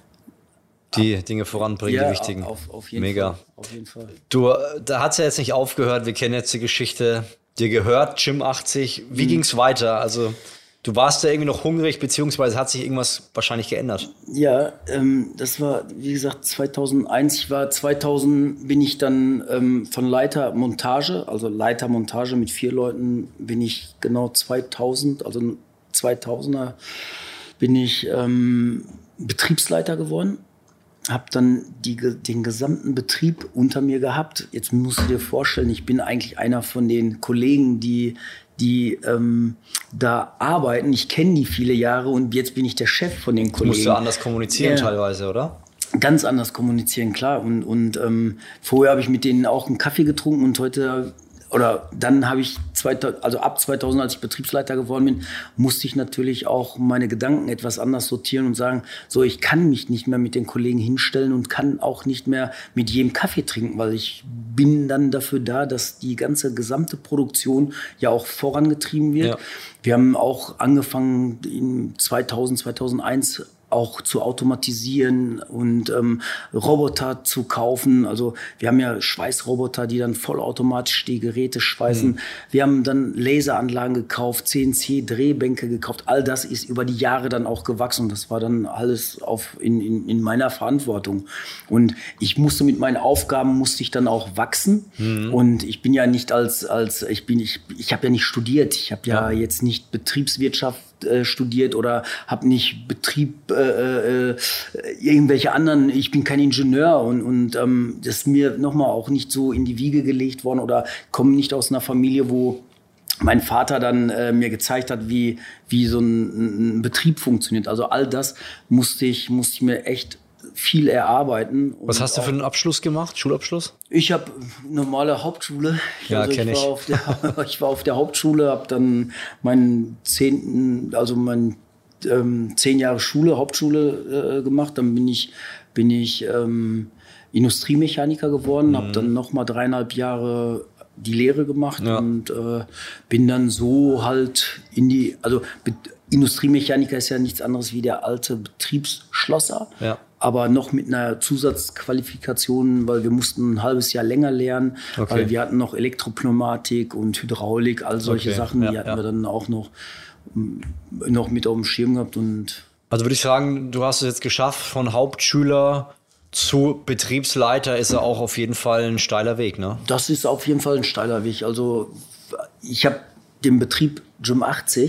die Dinge voranbringen, ja, die wichtigen. Auf, auf jeden Mega. Fall, auf jeden Fall. Du, da hat es ja jetzt nicht aufgehört. Wir kennen jetzt die Geschichte. Dir gehört Gym achtzig. Wie mhm. ging es weiter? Also du warst da irgendwie noch hungrig, beziehungsweise hat sich irgendwas wahrscheinlich geändert? Ja, ähm, das war, wie gesagt, zweitausendeins. Ich war zweitausend bin ich dann ähm, von Leiter Montage, also Leiter Montage mit vier Leuten, bin ich genau zweitausend, also zweitausender bin ich ähm, Betriebsleiter geworden. Habe dann die, den gesamten Betrieb unter mir gehabt. Jetzt musst du dir vorstellen, ich bin eigentlich einer von den Kollegen, die die ähm, da arbeiten. Ich kenne die viele Jahre und jetzt bin ich der Chef von den Kollegen. Musst du anders kommunizieren ja, teilweise, oder? Ganz anders kommunizieren, klar. Und, und ähm, vorher habe ich mit denen auch einen Kaffee getrunken und heute, oder dann habe ich, zweitausend, also ab zweitausend, als ich Betriebsleiter geworden bin, musste ich natürlich auch meine Gedanken etwas anders sortieren und sagen, so, ich kann mich nicht mehr mit den Kollegen hinstellen und kann auch nicht mehr mit jedem Kaffee trinken, weil ich bin dann dafür da, dass die ganze gesamte Produktion ja auch vorangetrieben wird. Ja. Wir haben auch angefangen in zweitausend, zweitausendeins auch zu automatisieren und ähm, Roboter zu kaufen. Also wir haben ja Schweißroboter, die dann vollautomatisch die Geräte schweißen. Mhm. Wir haben dann Laseranlagen gekauft, C N C-Drehbänke gekauft. All das ist über die Jahre dann auch gewachsen. Das war dann alles auf in, in, in meiner Verantwortung. Und ich musste mit meinen Aufgaben, musste ich dann auch wachsen. Mhm. Und ich bin ja nicht als, als ich bin, ich, ich habe ja nicht studiert. Ich habe ja, ja jetzt nicht Betriebswirtschaft äh, studiert oder habe nicht Betrieb Äh, äh, irgendwelche anderen, ich bin kein Ingenieur und, und ähm, das ist mir nochmal auch nicht so in die Wiege gelegt worden oder komme nicht aus einer Familie, wo mein Vater dann äh, mir gezeigt hat, wie, wie so ein, ein Betrieb funktioniert. Also all das musste ich, musste ich mir echt viel erarbeiten. Was hast du für einen Abschluss gemacht, Schulabschluss? Ich habe normale Hauptschule. Ja, also kenne ich. Ich war, auf der, ich war auf der Hauptschule, habe dann meinen zehnten, also meinen Ähm, zehn Jahre Schule, Hauptschule äh, gemacht. Dann bin ich, bin ich ähm, Industriemechaniker geworden, mhm. habe dann noch mal dreieinhalb Jahre die Lehre gemacht ja. und äh, bin dann so halt in die, also Be- Industriemechaniker ist ja nichts anderes wie der alte Betriebsschlosser, ja. aber noch mit einer Zusatzqualifikation, weil wir mussten ein halbes Jahr länger lernen, okay. weil wir hatten noch Elektropneumatik und Hydraulik, all solche okay. Sachen, ja, die hatten ja. wir dann auch noch noch mit auf dem Schirm gehabt. Und also würde ich sagen, du hast es jetzt geschafft, von Hauptschüler zu Betriebsleiter ist ja auch auf jeden Fall ein steiler Weg, ne? Das ist auf jeden Fall ein steiler Weg. Also ich habe den Betrieb Gym achtzig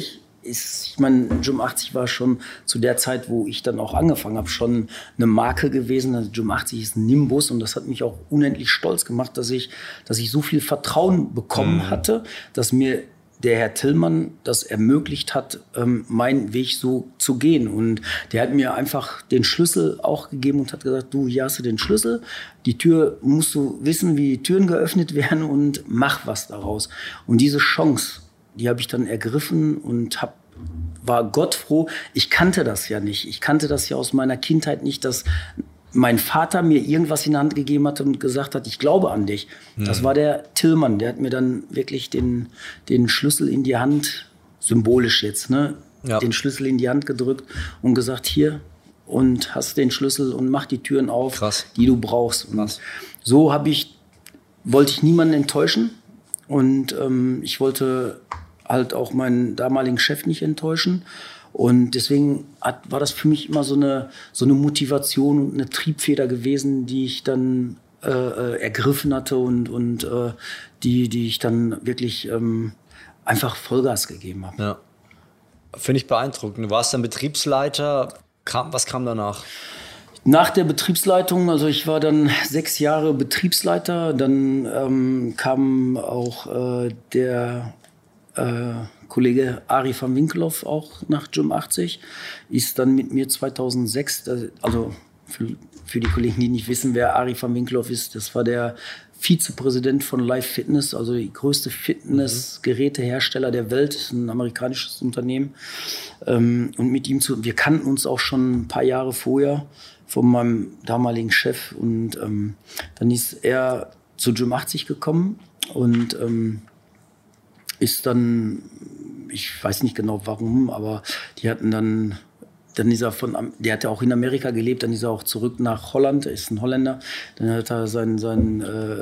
ist, ich meine, Gym achtzig war schon zu der Zeit, wo ich dann auch angefangen habe, schon eine Marke gewesen. Also Gym achtzig ist ein Nimbus und das hat mich auch unendlich stolz gemacht, dass ich, dass ich so viel Vertrauen bekommen mhm. hatte, dass mir der Herr Tillmann das ermöglicht hat, ähm, meinen Weg so zu gehen. Und der hat mir einfach den Schlüssel auch gegeben und hat gesagt, du, hier hast du den Schlüssel, die Tür, musst du wissen, wie die Türen geöffnet werden und mach was daraus. Und diese Chance, die habe ich dann ergriffen und hab, war Gott froh. Ich kannte das ja nicht. Ich kannte das ja aus meiner Kindheit nicht, dass mein Vater mir irgendwas in die Hand gegeben hat und gesagt hat, ich glaube an dich. Mhm. Das war der Tillmann, der hat mir dann wirklich den, den Schlüssel in die Hand, symbolisch jetzt, ne, ja. den Schlüssel in die Hand gedrückt und gesagt, hier, und hast den Schlüssel und mach die Türen auf, Krass. Die du brauchst. Und so habe ich, wollte ich niemanden enttäuschen und ähm, ich wollte halt auch meinen damaligen Chef nicht enttäuschen. Und deswegen hat, war das für mich immer so eine, so eine Motivation und eine Triebfeder gewesen, die ich dann äh, ergriffen hatte und, und äh, die, die ich dann wirklich ähm, einfach Vollgas gegeben habe. Ja. Finde ich beeindruckend. Du warst dann Betriebsleiter. Kam, was kam danach? Nach der Betriebsleitung, also ich war dann sechs Jahre Betriebsleiter. Dann ähm, kam auch äh, der äh, Kollege Arie van Winkelhoff auch nach Gym achtzig, ist dann mit mir zweitausendsechs, also für, für die Kollegen, die nicht wissen, wer Arie van Winkelhoff ist, das war der Vizepräsident von Life Fitness, also die größte Fitnessgerätehersteller der Welt, ist ein amerikanisches Unternehmen. Und mit ihm zu, wir kannten uns auch schon ein paar Jahre vorher von meinem damaligen Chef und ähm, dann ist er zu Gym achtzig gekommen und ähm, ist dann, ich weiß nicht genau warum, aber die hatten dann, dann ist er von, der hat ja auch in Amerika gelebt, dann ist er auch zurück nach Holland, er ist ein Holländer, dann hat er sein, sein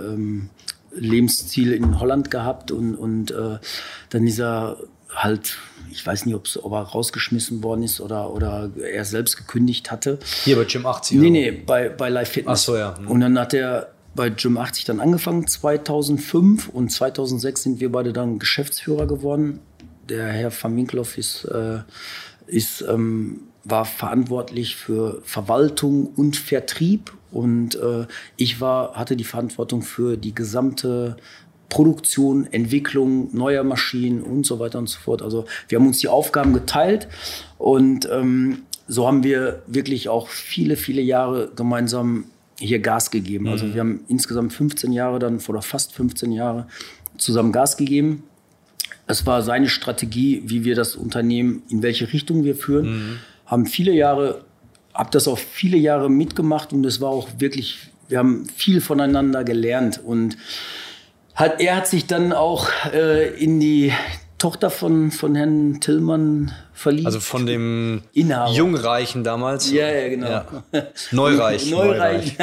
äh, Lebensziel in Holland gehabt und, und äh, dann ist er halt, ich weiß nicht, ob's, ob er rausgeschmissen worden ist oder, oder er selbst gekündigt hatte. Hier bei Gym achtzig? Nee, nee, bei, bei Life Fitness. Ach so, ja. Hm. Und dann hat er bei Gym achtzig dann angefangen, zweitausendfünf, und zweitausendsechs sind wir beide dann Geschäftsführer geworden. Der Herr van Winkelhoff ist, äh, ist, ähm, war verantwortlich für Verwaltung und Vertrieb und äh, ich war, hatte die Verantwortung für die gesamte Produktion, Entwicklung neuer Maschinen und so weiter und so fort. Also wir haben uns die Aufgaben geteilt und ähm, so haben wir wirklich auch viele, viele Jahre gemeinsam hier Gas gegeben. Mhm. Also wir haben insgesamt fünfzehn Jahre dann, oder fast fünfzehn Jahre zusammen Gas gegeben. Es war seine Strategie, wie wir das Unternehmen, in welche Richtung wir führen. Mhm. Haben viele Jahre, hab das auch viele Jahre mitgemacht und es war auch wirklich, wir haben viel voneinander gelernt und hat, er hat sich dann auch äh, in die Tochter von, von Herrn Tillmann verliebt. Also von dem Inhaber. Jungreichen damals? Ja, ja, genau. Ja. Neureich. Neureich.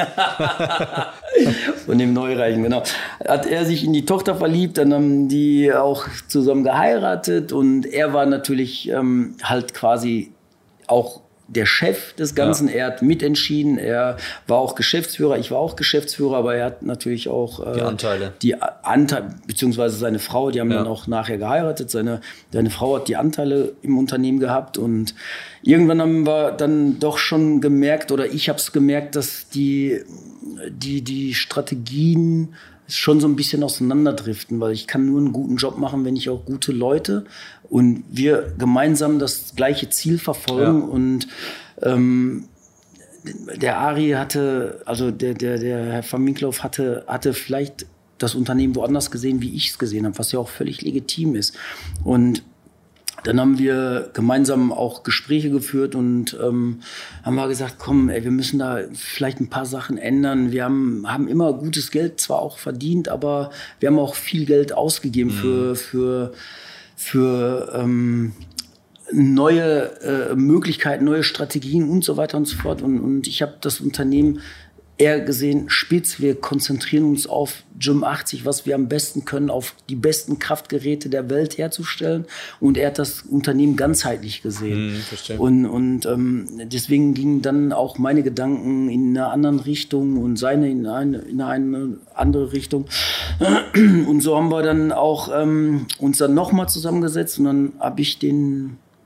Von dem Neureichen, genau. Hat er sich in die Tochter verliebt, dann haben die auch zusammen geheiratet und er war natürlich ähm, halt quasi auch der Chef des Ganzen. Ja. Er hat mitentschieden, er war auch Geschäftsführer, ich war auch Geschäftsführer, aber er hat natürlich auch äh, die Anteile. Die Anteile, beziehungsweise seine Frau, die haben ja. dann auch nachher geheiratet. Seine, seine Frau hat die Anteile im Unternehmen gehabt und irgendwann haben wir dann doch schon gemerkt, oder ich habe es gemerkt, dass die, die, die Strategien schon so ein bisschen auseinanderdriften, weil ich kann nur einen guten Job machen, wenn ich auch gute Leute und wir gemeinsam das gleiche Ziel verfolgen. Ja. Und ähm, der Arie hatte, also der, der, der Herr van Winkelhoff hatte, hatte vielleicht das Unternehmen woanders gesehen, wie ich es gesehen habe, was ja auch völlig legitim ist. Und dann haben wir gemeinsam auch Gespräche geführt und ähm, haben wir gesagt, komm, ey, wir müssen da vielleicht ein paar Sachen ändern. Wir haben, haben immer gutes Geld zwar auch verdient, aber wir haben auch viel Geld ausgegeben mhm. für, für, für ähm, neue äh, Möglichkeiten, neue Strategien und so weiter und so fort. Und, und ich habe das Unternehmen eher gesehen, spitz, wir konzentrieren uns auf Gym achtzig, was wir am besten können, auf die besten Kraftgeräte der Welt herzustellen. Und er hat das Unternehmen ganzheitlich gesehen. Hm, und und ähm, deswegen gingen dann auch meine Gedanken in eine andere Richtung und seine in eine, in eine andere Richtung. Und so haben wir dann auch ähm, uns dann nochmal zusammengesetzt und dann habe ich den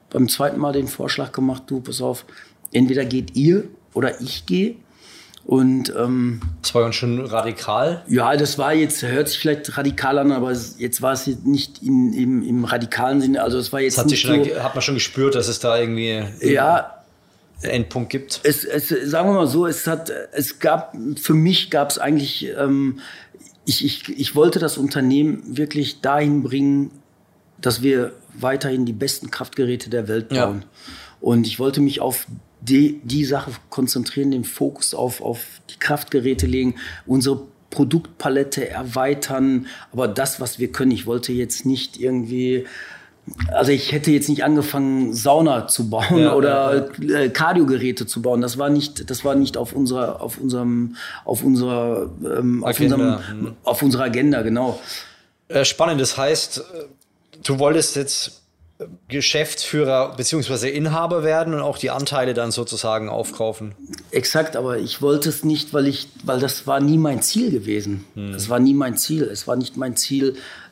beim zweiten Mal den Vorschlag gemacht, du, pass auf, entweder geht ihr oder ich gehe. Und ähm, das war ganz schön radikal. Ja, das war jetzt, hört sich vielleicht radikal an, aber jetzt war es nicht in, im, im radikalen Sinne. Also es war jetzt das hat, nicht schon, so, hat man schon gespürt, dass es da irgendwie ja, einen Endpunkt gibt. Es, es, sagen wir mal so, es hat, es gab, für mich gab es eigentlich, ähm, ich, ich, ich wollte das Unternehmen wirklich dahin bringen, dass wir weiterhin die besten Kraftgeräte der Welt bauen. Ja. Und ich wollte mich auf Die, die Sache konzentrieren, den Fokus auf, auf die Kraftgeräte legen, unsere Produktpalette erweitern, aber das, was wir können, ich wollte jetzt nicht irgendwie, also ich hätte jetzt nicht angefangen, Sauna zu bauen ja, oder ja, ja. Kardiogeräte zu bauen. Das war nicht, das war nicht auf unserer, auf unserem, auf unserer, ähm, auf, unserem hm. auf unserer Agenda, genau. Spannend, das heißt, du wolltest jetzt Geschäftsführer bzw. Inhaber werden und auch die Anteile dann sozusagen aufkaufen. Exakt, aber ich wollte es nicht, weil ich, weil das war nie mein Ziel gewesen. Hm. Das war nie mein Ziel. Es war nicht mein Ziel.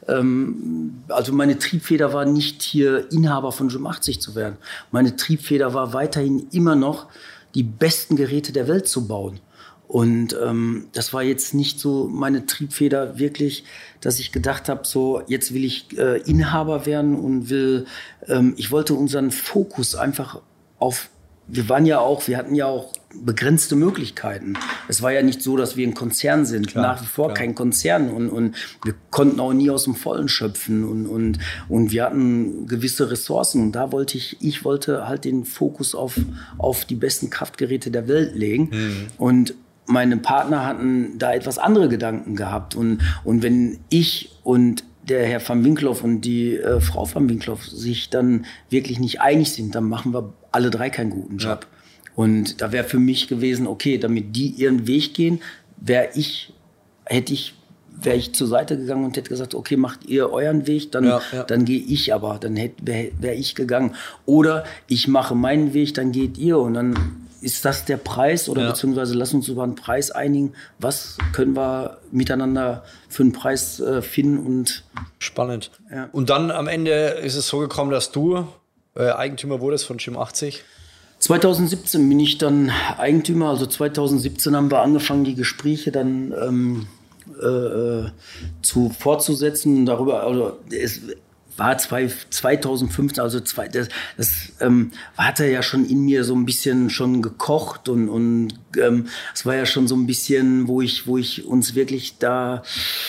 Ähm, also meine Triebfeder war nicht hier Inhaber von Gym achtzig zu werden. Meine Triebfeder war weiterhin immer noch die besten Geräte der Welt zu bauen. Und ähm, das war jetzt nicht so meine Triebfeder wirklich, dass ich gedacht habe, so jetzt will ich äh, Inhaber werden und will, ähm, ich wollte unseren Fokus einfach auf, wir waren ja auch, wir hatten ja auch begrenzte Möglichkeiten. Es war ja nicht so, dass wir ein Konzern sind, klar, nach wie vor klar. kein Konzern und, und wir konnten auch nie aus dem Vollen schöpfen und, und, und wir hatten gewisse Ressourcen und da wollte ich, ich wollte halt den Fokus auf, auf die besten Kraftgeräte der Welt legen mhm. und meine Partner hatten da etwas andere Gedanken gehabt. Und, und wenn ich und der Herr van Winkloff und die äh, Frau van Winkloff sich dann wirklich nicht einig sind, dann machen wir alle drei keinen guten Job. Ja. Und da wäre für mich gewesen, okay, damit die ihren Weg gehen, wäre ich, hätte ich, wäre ich zur Seite gegangen und hätte gesagt, okay, macht ihr euren Weg, dann, ja, ja. dann gehe ich aber, dann wäre wär ich gegangen. Oder ich mache meinen Weg, dann geht ihr und dann ist das der Preis oder ja. beziehungsweise lass uns über einen Preis einigen. Was können wir miteinander für einen Preis äh, finden? Und spannend. Ja. Und dann am Ende ist es so gekommen, dass du äh, Eigentümer wurdest von Gym achtzig? zwanzig siebzehn bin ich dann Eigentümer. Also zwanzig siebzehn haben wir angefangen, die Gespräche dann ähm, äh, zu fortzusetzen. Darüber, also es war zwanzig fünfzehn, also zwei, das, das ähm, hatte ja schon in mir so ein bisschen schon gekocht und und ähm, es war ja schon so ein bisschen, wo ich wo ich uns wirklich da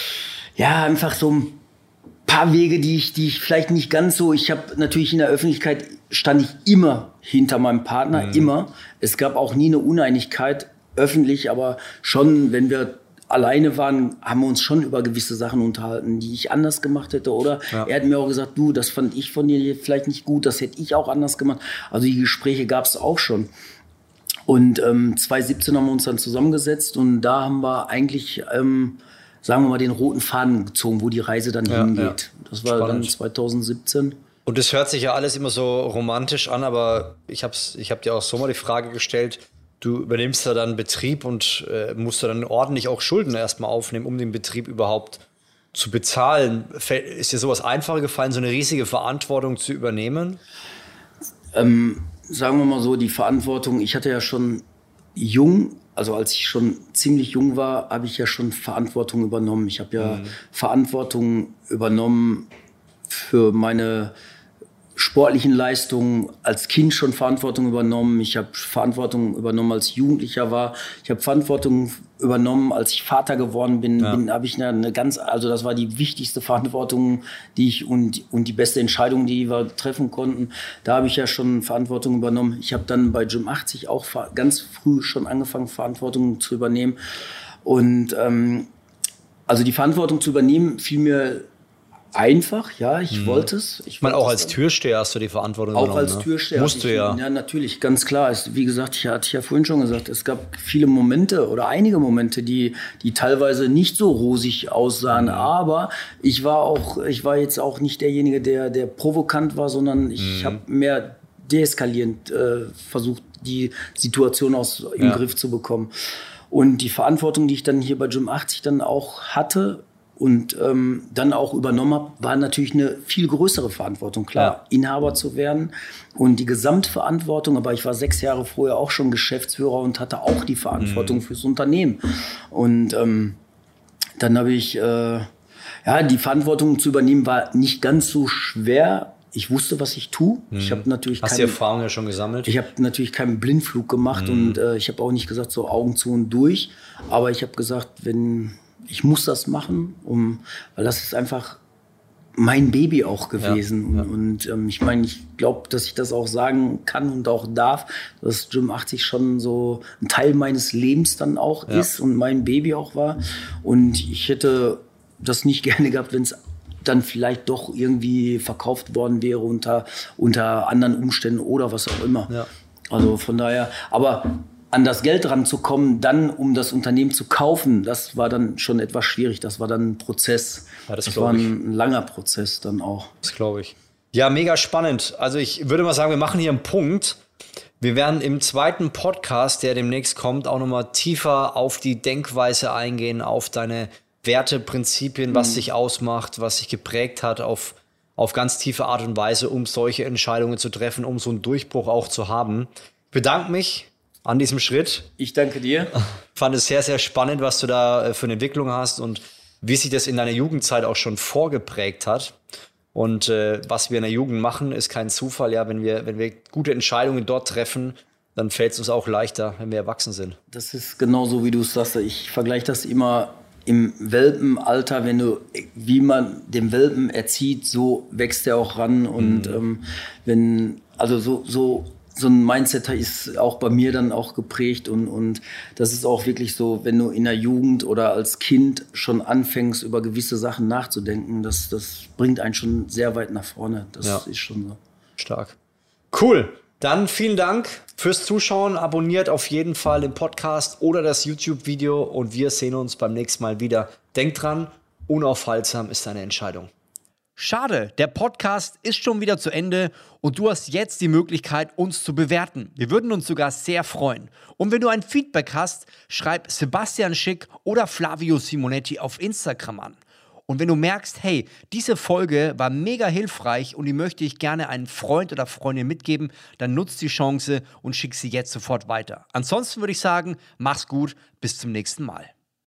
ja einfach so ein paar Wege, die ich die ich vielleicht nicht ganz so, ich habe natürlich in der Öffentlichkeit stand ich immer hinter meinem Partner, mhm. immer. Es gab auch nie eine Uneinigkeit öffentlich, aber schon, wenn wir alleine waren, haben wir uns schon über gewisse Sachen unterhalten, die ich anders gemacht hätte. Oder ja. er hat mir auch gesagt, du, das fand ich von dir vielleicht nicht gut, das hätte ich auch anders gemacht. Also die Gespräche gab es auch schon. Und ähm, zwanzig siebzehn haben wir uns dann zusammengesetzt und da haben wir eigentlich, ähm, sagen wir mal, den roten Faden gezogen, wo die Reise dann ja, hingeht. Ja. Das war Spannend. Dann zwanzig siebzehn. Und das hört sich ja alles immer so romantisch an, aber ich habe ich hab dir auch so mal die Frage gestellt, du übernimmst da dann Betrieb und äh, musst da dann ordentlich auch Schulden erstmal aufnehmen, um den Betrieb überhaupt zu bezahlen. Ist dir sowas einfacher gefallen, so eine riesige Verantwortung zu übernehmen? Ähm, sagen wir mal so, die Verantwortung, ich hatte ja schon jung, also als ich schon ziemlich jung war, habe ich ja schon Verantwortung übernommen. Ich habe ja mhm. Verantwortung übernommen für meine sportlichen Leistungen, als Kind schon Verantwortung übernommen. Ich habe Verantwortung übernommen, als Jugendlicher war. Ich habe Verantwortung übernommen, als ich Vater geworden bin. Ja. bin habe ich eine, eine ganz, also das war die wichtigste Verantwortung, die ich und und die beste Entscheidung, die wir treffen konnten. Da habe ich ja schon Verantwortung übernommen. Ich habe dann bei Gym achtzig auch ganz früh schon angefangen, Verantwortung zu übernehmen. Und ähm, also die Verantwortung zu übernehmen fiel mir einfach, ja, ich hm. wollte es. Ich meine, auch als Türsteher hast du die Verantwortung auch übernommen. Auch als ne? Türsteher. Musst du ja. Ja, natürlich, ganz klar. Es, wie gesagt, ich hatte ja vorhin schon gesagt, es gab viele Momente oder einige Momente, die, die teilweise nicht so rosig aussahen. Mhm. Aber ich war auch, ich war jetzt auch nicht derjenige, der, der provokant war, sondern ich mhm. habe mehr deeskalierend äh, versucht, die Situation aus, im ja. Griff zu bekommen. Und die Verantwortung, die ich dann hier bei Gym achtzig dann auch hatte, und ähm, dann auch übernommen habe, war natürlich eine viel größere Verantwortung. Klar, ja. Inhaber zu werden und die Gesamtverantwortung, aber ich war sechs Jahre vorher auch schon Geschäftsführer und hatte auch die Verantwortung mhm. fürs Unternehmen. Und ähm, dann habe ich, äh, ja, die Verantwortung zu übernehmen war nicht ganz so schwer. Ich wusste, was ich tue. Mhm. Ich habe natürlich Hast keine, die Erfahrung ja schon gesammelt? Ich habe natürlich keinen Blindflug gemacht mhm. und äh, ich habe auch nicht gesagt, so Augen zu und durch. Aber ich habe gesagt, wenn ich muss das machen, um, weil das ist einfach mein Baby auch gewesen. Ja, ja. Und, und ähm, ich meine, ich glaube, dass ich das auch sagen kann und auch darf, dass Gym achtzig schon so ein Teil meines Lebens dann auch ja. ist und mein Baby auch war. Und ich hätte das nicht gerne gehabt, wenn es dann vielleicht doch irgendwie verkauft worden wäre unter, unter anderen Umständen oder was auch immer. Ja. Also von daher, aber an das Geld ranzukommen, dann um das Unternehmen zu kaufen, das war dann schon etwas schwierig. Das war dann ein Prozess. Ja, das das war ein, ein langer Prozess dann auch. Das glaube ich. Ja, mega spannend. Also ich würde mal sagen, wir machen hier einen Punkt. Wir werden im zweiten Podcast, der demnächst kommt, auch nochmal tiefer auf die Denkweise eingehen, auf deine Werte, Prinzipien, was mhm. dich ausmacht, was dich geprägt hat, auf, auf ganz tiefe Art und Weise, um solche Entscheidungen zu treffen, um so einen Durchbruch auch zu haben. Ich bedanke mich an diesem Schritt. Ich danke dir. Ich fand es sehr, sehr spannend, was du da für eine Entwicklung hast und wie sich das in deiner Jugendzeit auch schon vorgeprägt hat. Und äh, was wir in der Jugend machen, ist kein Zufall. Ja, wenn wir, wenn wir gute Entscheidungen dort treffen, dann fällt es uns auch leichter, wenn wir erwachsen sind. Das ist genauso, wie du es sagst. Ich vergleiche das immer im Welpenalter, wenn du, wie man den Welpen erzieht, so wächst er auch ran. Und mhm. ähm, wenn, also so, so, so ein Mindset ist auch bei mir dann auch geprägt. Und, und das ist auch wirklich so, wenn du in der Jugend oder als Kind schon anfängst, über gewisse Sachen nachzudenken, das, das bringt einen schon sehr weit nach vorne. Das ja. ist schon so. Stark. Cool. Dann vielen Dank fürs Zuschauen. Abonniert auf jeden Fall den Podcast oder das YouTube-Video und wir sehen uns beim nächsten Mal wieder. Denkt dran, unaufhaltsam ist deine Entscheidung. Schade, der Podcast ist schon wieder zu Ende und du hast jetzt die Möglichkeit, uns zu bewerten. Wir würden uns sogar sehr freuen. Und wenn du ein Feedback hast, schreib Sebastian Schick oder Flavio Simonetti auf Instagram an. Und wenn du merkst, hey, diese Folge war mega hilfreich und die möchte ich gerne einen Freund oder Freundin mitgeben, dann nutzt die Chance und schick sie jetzt sofort weiter. Ansonsten würde ich sagen, mach's gut, bis zum nächsten Mal.